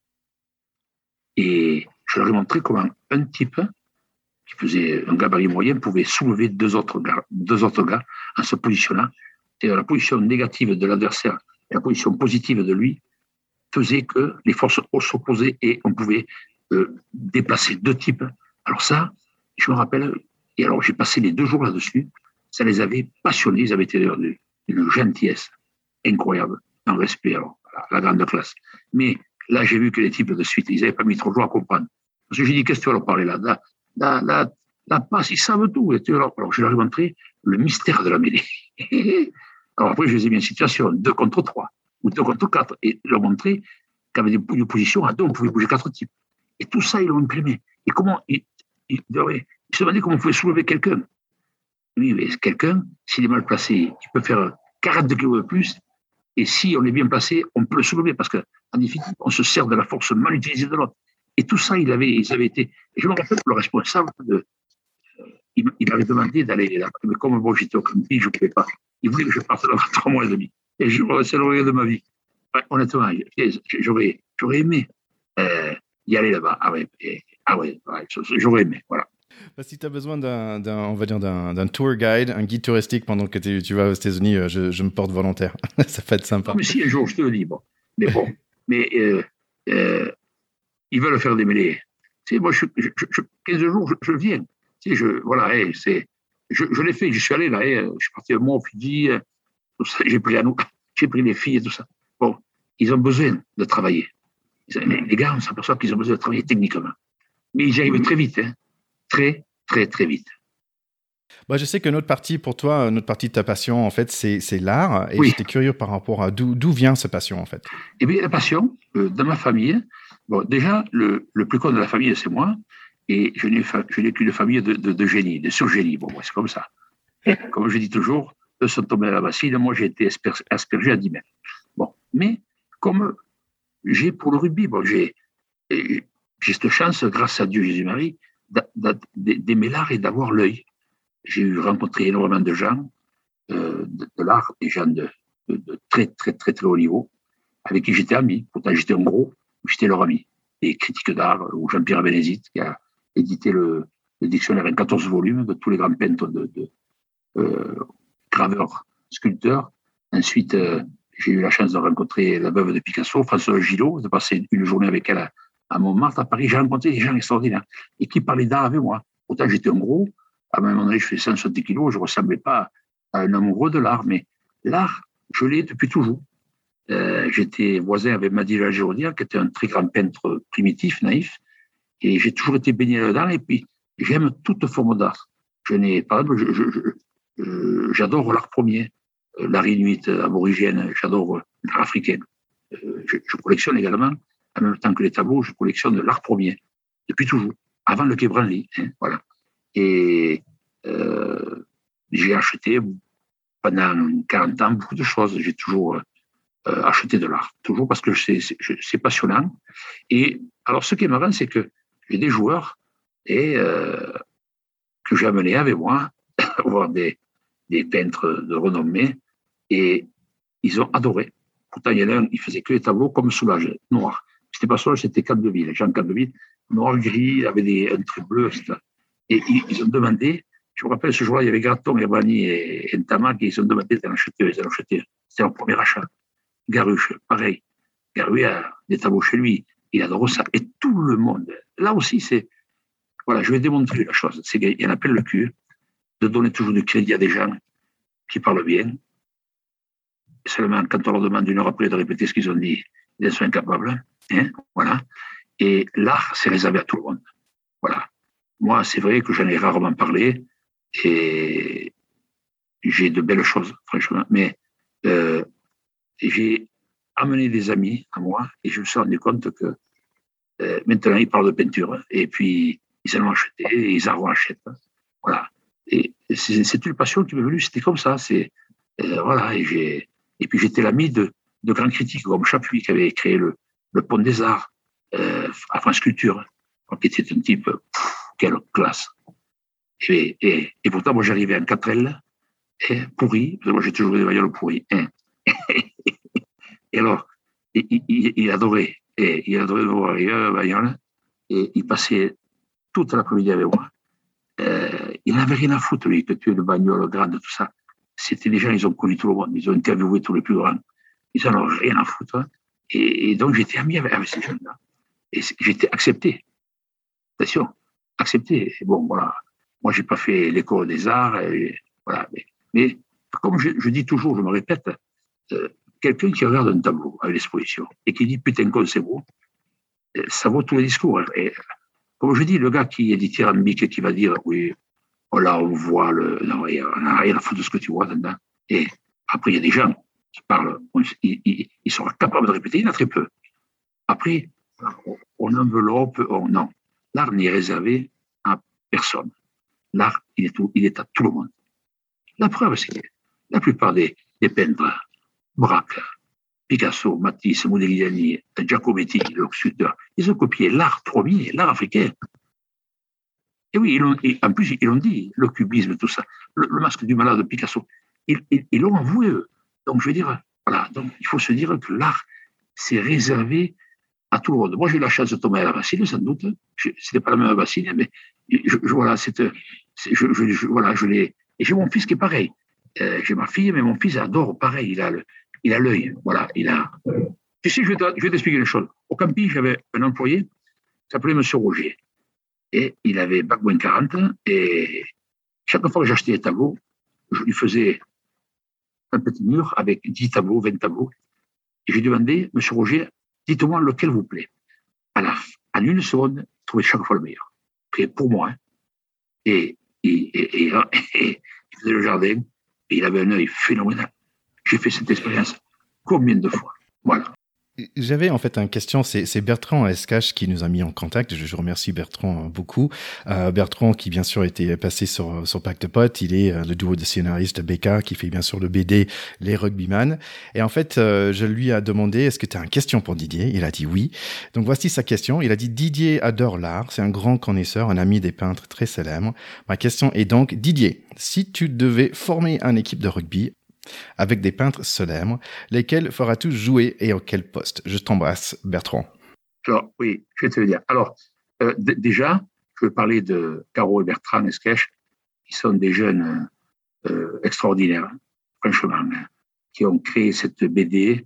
et je leur ai montré comment un type qui faisait un gabarit moyen pouvait soulever deux autres gars, deux autres gars en se positionnant. C'est-à-dire la position négative de l'adversaire et la position positive de lui faisait que les forces s'opposaient et on pouvait euh, déplacer deux types. Alors ça, je me rappelle, et alors j'ai passé les deux jours là-dessus, ça les avait passionnés, ils avaient été d'une gentillesse incroyable, un respect, alors, la, la grande classe. Mais là, j'ai vu que les types de suite, ils n'avaient pas mis trop de jours à comprendre. Parce que j'ai dit, qu'est-ce que tu vas leur parler là? La, la, la, la passe, ils savent tout. Et alors, alors, je leur ai montré le mystère de la mêlée. Alors après, je les ai mis en situation deux contre trois ou deux contre quatre et leur montrer qu'avec des, des positions à deux, on pouvait bouger quatre types. Et tout ça, ils l'ont imprimé. Et comment ils, ils, ils se demandaient comment on pouvait soulever quelqu'un. Oui, mais quelqu'un, s'il est mal placé, il peut faire quarante kilos de plus. Et si on est bien placé, on peut le soulever parce qu'en définitive, on se sert de la force mal utilisée de l'autre. Et tout ça, il avait, ils avaient été. Et je me rappelle que le responsable, de, il, il m'avait demandé d'aller là. Mais comme bon, j'étais au camping, je ne pouvais pas. Il voulait que je parte là trois mois et demi. Et je, c'est le regret de ma vie. Ouais, honnêtement, j'aurais, j'aurais aimé euh, y aller là-bas. Ah ouais, et, ah ouais, ouais, j'aurais aimé. Voilà. Bah, si tu as besoin d'un, d'un, on va dire d'un, d'un tour guide, un guide touristique pendant que tu vas aux États-Unis, je, je me porte volontaire. Ça peut être sympa. Non, mais si un jour, je te le dis. Bon. Mais bon, mais euh, euh, ils veulent faire des mêlées. Tu sais, moi, je, je, je, quinze jours, je, je viens. Tu sais, je, voilà, hey, c'est, je, je l'ai fait, je suis allé là, hey, je suis parti un mois au Fidji, tout ça, j'ai pris, à nous, j'ai pris les filles et tout ça. Bon, ils ont besoin de travailler. Les, les gars, on s'aperçoit qu'ils ont besoin de travailler techniquement. Mais ils y arrivent très vite, hein. Très, très, très vite. Bah, je sais que notre partie, pour toi, notre partie de ta passion, en fait, c'est, c'est l'art. Et oui. J'étais curieux par rapport à d'où, d'où vient cette passion, en fait. Eh bien, la passion, euh, dans ma famille, bon, déjà, le, le plus con de la famille, c'est moi. Et je n'ai, fa- je n'ai qu'une famille de, de, de génies, de surgénies. Bon, c'est comme ça. Et, comme je dis toujours, eux sont tombés à la bassine, moi, j'ai été asper- aspergé à dix mètres. Bon, mais comme j'ai pour le rugby, bon, j'ai, j'ai cette chance, grâce à Dieu Jésus-Marie, d'aimer l'art et d'avoir l'œil. J'ai eu rencontré énormément de gens euh, de, de l'art, des gens de, de, de très, très, très, très haut niveau, avec qui j'étais ami. Pourtant, j'étais un gros, j'étais leur ami. Des critiques d'art, ou Jean-Pierre Bénézite, qui a édité le, le dictionnaire en quatorze volumes de tous les grands peintres, de, de euh, graveurs, sculpteurs. Ensuite, euh, j'ai eu la chance de rencontrer la veuve de Picasso, Françoise Gillot, de passer une journée avec elle à, à Montmartre, à Paris. J'ai rencontré des gens extraordinaires et qui parlaient d'art avec moi. Pourtant, j'étais un gros. À un moment donné, je fais cent soixante kilos, je ne ressemblais pas à un amoureux de l'art, mais l'art, je l'ai depuis toujours. Euh, j'étais voisin avec Madi Giraudière, qui était un très grand peintre primitif, naïf, et j'ai toujours été baigné là-dedans, et puis j'aime toute forme d'art. Je n'ai, par exemple, je, je, je, j'adore l'art premier, euh, l'art inuit aborigène, j'adore l'art africain. Euh, je, je collectionne également, en même temps que les tableaux, je collectionne l'art premier, depuis toujours, avant le Quai Branly. Hein, voilà. Et euh, j'ai acheté pendant quarante ans beaucoup de choses. J'ai toujours euh, acheté de l'art, toujours parce que c'est, c'est, c'est passionnant. Et alors, ce qui est marrant, c'est que j'ai des joueurs et, euh, que j'ai amenés avec moi voir des, des peintres de renommée et ils ont adoré. Pourtant, il y en a un, il faisait que les tableaux comme Soulages, noirs. C'était pas Soulages, c'était Capdeville, Jean Capdeville, noir, gris, avec des, un trait bleu, et cetera. Et ils, ils ont demandé, je me rappelle ce jour-là, il y avait Graton, Herbani et, et Ntamak, et ils ont demandé d'en acheter, ils en ont acheté. C'était leur premier achat. Garuche, pareil. Garuche a des tableaux chez lui, il adore ça. Et tout le monde, là aussi, c'est, voilà, je vais démontrer la chose, c'est qu'il y en a plein le cul de donner toujours du crédit à des gens qui parlent bien. Seulement, quand on leur demande une heure après de répéter ce qu'ils ont dit, ils sont incapables. Hein, voilà. Et l'art, c'est réservé à tout le monde. Voilà. Moi, c'est vrai que j'en ai rarement parlé et j'ai de belles choses, franchement. Mais euh, j'ai amené des amis à moi et je me suis rendu compte que euh, maintenant, ils parlent de peinture et puis ils en ont acheté et ils en rachètent. Voilà. Et c'est, c'est une passion qui m'est venue, c'était comme ça. C'est, euh, voilà. Et, j'ai, et puis j'étais l'ami de, de grands critiques comme Chapuis qui avait créé le, le Pont des Arts euh, à France Culture, qui était un type, pff, quelle classe. Et, et, et pourtant, moi, j'arrivais en quatre L, et pourri, parce que moi, j'ai toujours des bagnoles pourries. Hein. Et alors, il, il, il adorait, et il adorait me voir arriver à la bagnole, et il passait toute l'après-midi avec moi. Euh, il n'avait rien à foutre, lui, que tu es le bagnole grande, tout ça. C'était des gens, ils ont connu tout le monde, ils ont interviewé tous les plus grands. Ils n'en ont rien à foutre. Et, et donc, j'étais ami avec, avec ces jeunes-là. Et j'étais accepté. Attention, accepté. Et bon, voilà. Moi, je n'ai pas fait l'école des arts. Et, voilà. Mais, mais comme je, je dis toujours, je me répète, euh, quelqu'un qui regarde un tableau à l'exposition et qui dit putain, comme c'est beau, ça vaut tous les discours. Et, comme je dis, le gars qui est dithyrambique et qui va dire oui, oh là, on voit le. Non, on n'a rien à foutre de ce que tu vois dedans. Et après, il y a des gens qui parlent, ils, ils, ils sont capables de répéter, il y en a très peu. Après, on enveloppe, on, non. L'art n'est réservé à personne. L'art, il est, tout, il est à tout le monde. La preuve, c'est que la plupart des, des peintres, Braque, Picasso, Matisse, Modigliani, Giacometti, le sculpteur, ils ont copié l'art premier, l'art africain. Et oui, ils l'ont, et en plus, ils l'ont dit, le cubisme, tout ça, le, le masque du malade de Picasso, ils, ils, ils l'ont avoué, eux. Donc, je veux dire, voilà, donc il faut se dire que l'art, c'est réservé à tout le monde. Moi, j'ai eu la chance de tomber à la Bastille, sans doute. Ce n'était pas la même Bastille, mais je, je, voilà, c'est, c'est, je, je, je, voilà, je l'ai. Et j'ai mon fils qui est pareil. Euh, j'ai ma fille, mais mon fils adore pareil. Il a, le, il a l'œil. Voilà, il a. Tu sais, je vais, je vais t'expliquer une chose. Au camping, j'avais un employé qui s'appelait M. Roger. Et il avait bac moins quarante. Et chaque fois que j'achetais des tableaux, je lui faisais un petit mur avec dix tableaux, vingt tableaux. Et je lui demandais, M. Roger, dites-moi lequel vous plaît. À la, en une seconde, il trouvait chaque fois le meilleur. Et pour moi. Hein. Et, et, et, et, et il faisait le jardin et il avait un œil phénoménal. J'ai fait cette expérience combien de fois. Voilà. J'avais en fait une question, c'est, c'est Bertrand Escache qui nous a mis en contact. Je, je remercie Bertrand beaucoup. Euh, Bertrand qui bien sûr était passé sur, sur Pacte Pot, il est euh, le duo de scénaristes B K qui fait bien sûr le B D Les Rugbyman. Et en fait, euh, je lui ai demandé, est-ce que tu as une question pour Didier ? Il a dit oui. Donc voici sa question. Il a dit, Didier adore l'art, c'est un grand connaisseur, un ami des peintres très célèbres. Ma question est donc, Didier, si tu devais former une équipe de rugby, avec des peintres célèbres, lesquels feras-tu jouer et à quel poste ? Je t'embrasse, Bertrand. Alors, oui, je vais te le dire. Alors, euh, d- déjà, je vais parler de Caro et Bertrand Escache, qui sont des jeunes euh, extraordinaires, franchement, hein, qui ont créé cette B D.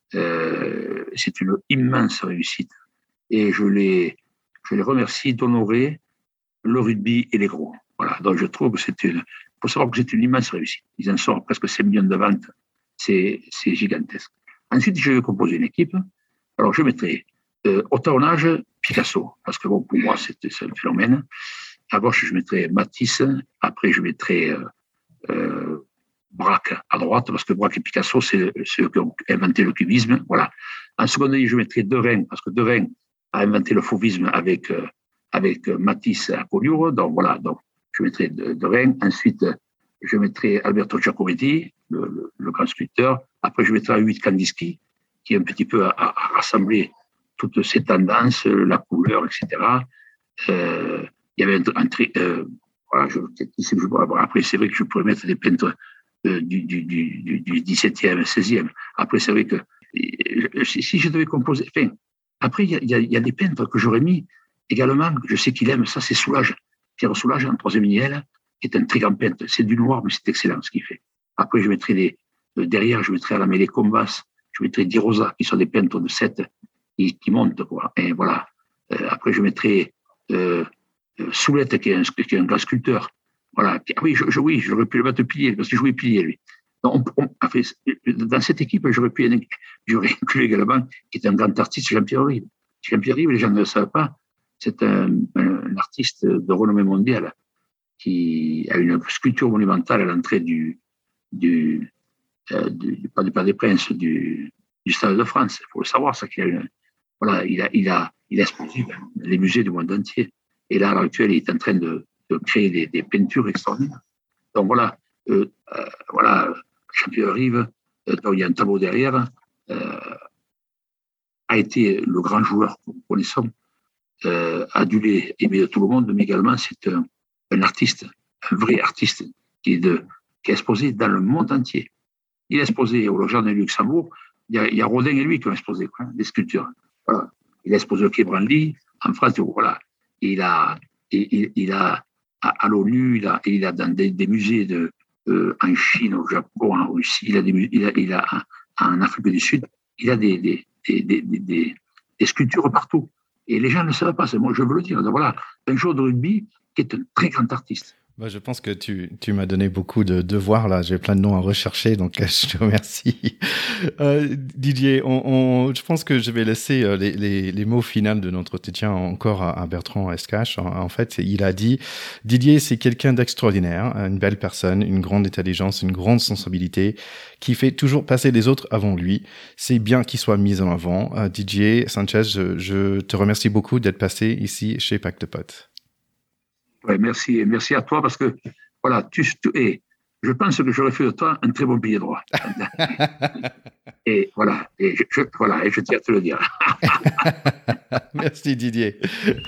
Euh, c'est une immense réussite. Et je les, je les remercie d'honorer le rugby et les gros. Voilà, donc je trouve que c'est une... Il faut savoir que c'est une immense réussite. Ils en sortent presque cinq millions de ventes. C'est, c'est gigantesque. Ensuite, je vais composer une équipe. Alors, je mettrai euh, au talonnage Picasso, parce que bon, pour moi, c'est, c'est un phénomène. À gauche, je mettrai Matisse. Après, je mettrai euh, euh, Braque à droite, parce que Braque et Picasso, c'est ceux qui ont inventé le cubisme. Voilà. En seconde ligne, je mettrai Derain, parce que Derain a inventé le fauvisme avec, euh, avec Matisse à Collioure. Donc voilà, donc je mettrai Derain. Ensuite, je mettrai Alberto Giacometti, le, le, le grand sculpteur. Après, je mettrai à huit Kandinsky, qui un petit peu a, a rassemblé toutes ces tendances, la couleur, et cetera. Euh, il y avait un, un tri, euh, voilà, je, je, après, c'est vrai que je pourrais mettre des peintres euh, du, du, du, du dix-septième, seizième. Après, c'est vrai que si, si je devais composer... Enfin, après, il y a, il y a des peintres que j'aurais mis également, je sais qu'il aime, ça, c'est Soulages. Pierre Soulages, en troisième ligne, qui est un très grand peintre. C'est du noir, mais c'est excellent ce qu'il fait. Après, je mettrai des... Derrière, je mettrai à la mêlée Combas, je mettrai Di Rosa, qui sont des peintres de sept et qui montent, quoi. Et voilà. Euh, après, je mettrai euh, Soulette, qui est, un, qui est un grand sculpteur. Voilà. Ah oui, je, je, oui, j'aurais pu le mettre pilier, parce qu'il jouait pilier, lui. Donc, on, on, enfin, dans cette équipe, j'aurais pu j'aurais inclus également, qui est un grand artiste, Jean-Pierre Rive. Jean-Pierre Rive, les gens ne le savent pas, c'est un, un artiste de renommée mondiale qui a une sculpture monumentale à l'entrée du, du, euh, du pas du Parc des Princes, du, du Stade de France. Il faut le savoir, ça qu'il a une, voilà, il a, il a, il a exposé les musées du monde entier. Et là, à l'heure actuelle, il est en train de, de créer des, des peintures extraordinaires. Donc voilà, euh, euh, voilà, Jean-Pierre Rive, euh, dont il y a un tableau derrière, euh, a été le grand joueur que nous connaissons, euh, adulé, aimé de tout le monde, mais également c'est un, un artiste, un vrai artiste qui est de, qui est exposé dans le monde entier. Il est exposé au Logis de Luxembourg. Il y, a, il y a Rodin et lui qui ont exposé quoi, des sculptures. Voilà. Il a exposé au Quai Branly, en France. Voilà. Il a, il, il a à, à l'ONU, il a, il a dans des, des musées de, euh, en Chine, au Japon, en Russie, il a, des, il a, il a en Afrique du Sud, il a des, des, des, des, des, des sculptures partout. Et les gens ne le savent pas, c'est moi je veux le dire. Donc voilà, un joueur de rugby qui est un très grand artiste. Bah, je pense que tu, tu m'as donné beaucoup de devoirs là. J'ai plein de noms à rechercher, donc je te remercie. Euh, Didier, on, on, je pense que je vais laisser les, les, les mots finaux de notre entretien encore à, à Bertrand Escache. En, en fait, il a dit Didier, c'est quelqu'un d'extraordinaire, une belle personne, une grande intelligence, une grande sensibilité, qui fait toujours passer les autres avant lui. C'est bien qu'il soit mis en avant. Euh, Didier Sanchez, je, je te remercie beaucoup d'être passé ici chez Pacte de Potes. Ouais, merci, merci à toi parce que voilà, tu, tu et je pense que j'aurais fait de toi un très bon pilier droit. et voilà, et je, je, voilà, et je tiens à te le dire. Merci Didier.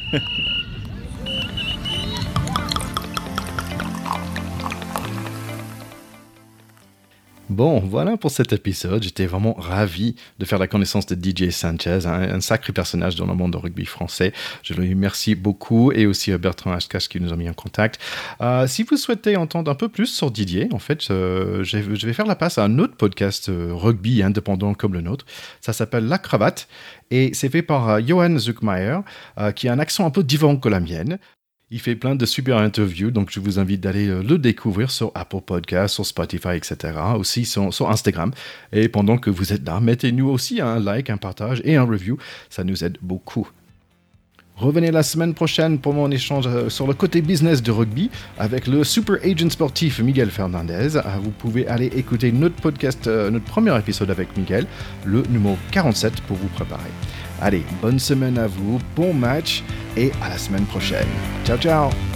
Bon, voilà pour cet épisode. J'étais vraiment ravi de faire la connaissance de D J Sanchez, un, un sacré personnage dans le monde de rugby français. Je lui remercie beaucoup et aussi à Bertrand Escache qui nous a mis en contact. Euh, si vous souhaitez entendre un peu plus sur Didier, en fait, euh, je vais faire la passe à un autre podcast euh, rugby indépendant comme le nôtre. Ça s'appelle La Cravate et c'est fait par euh, Johan Zuckmeier euh, qui a un accent un peu différent que la mienne. Il fait plein de super interviews, donc je vous invite d'aller le découvrir sur Apple Podcasts, sur Spotify, et cetera. Aussi sur, sur Instagram. Et pendant que vous êtes là, mettez-nous aussi un like, un partage et un review. Ça nous aide beaucoup. Revenez la semaine prochaine pour mon échange sur le côté business de rugby avec le super agent sportif Miguel Fernandez. Vous pouvez aller écouter notre podcast, notre premier épisode avec Miguel, le numéro quarante-sept pour vous préparer. Allez, bonne semaine à vous, bon match et à la semaine prochaine. Ciao, ciao!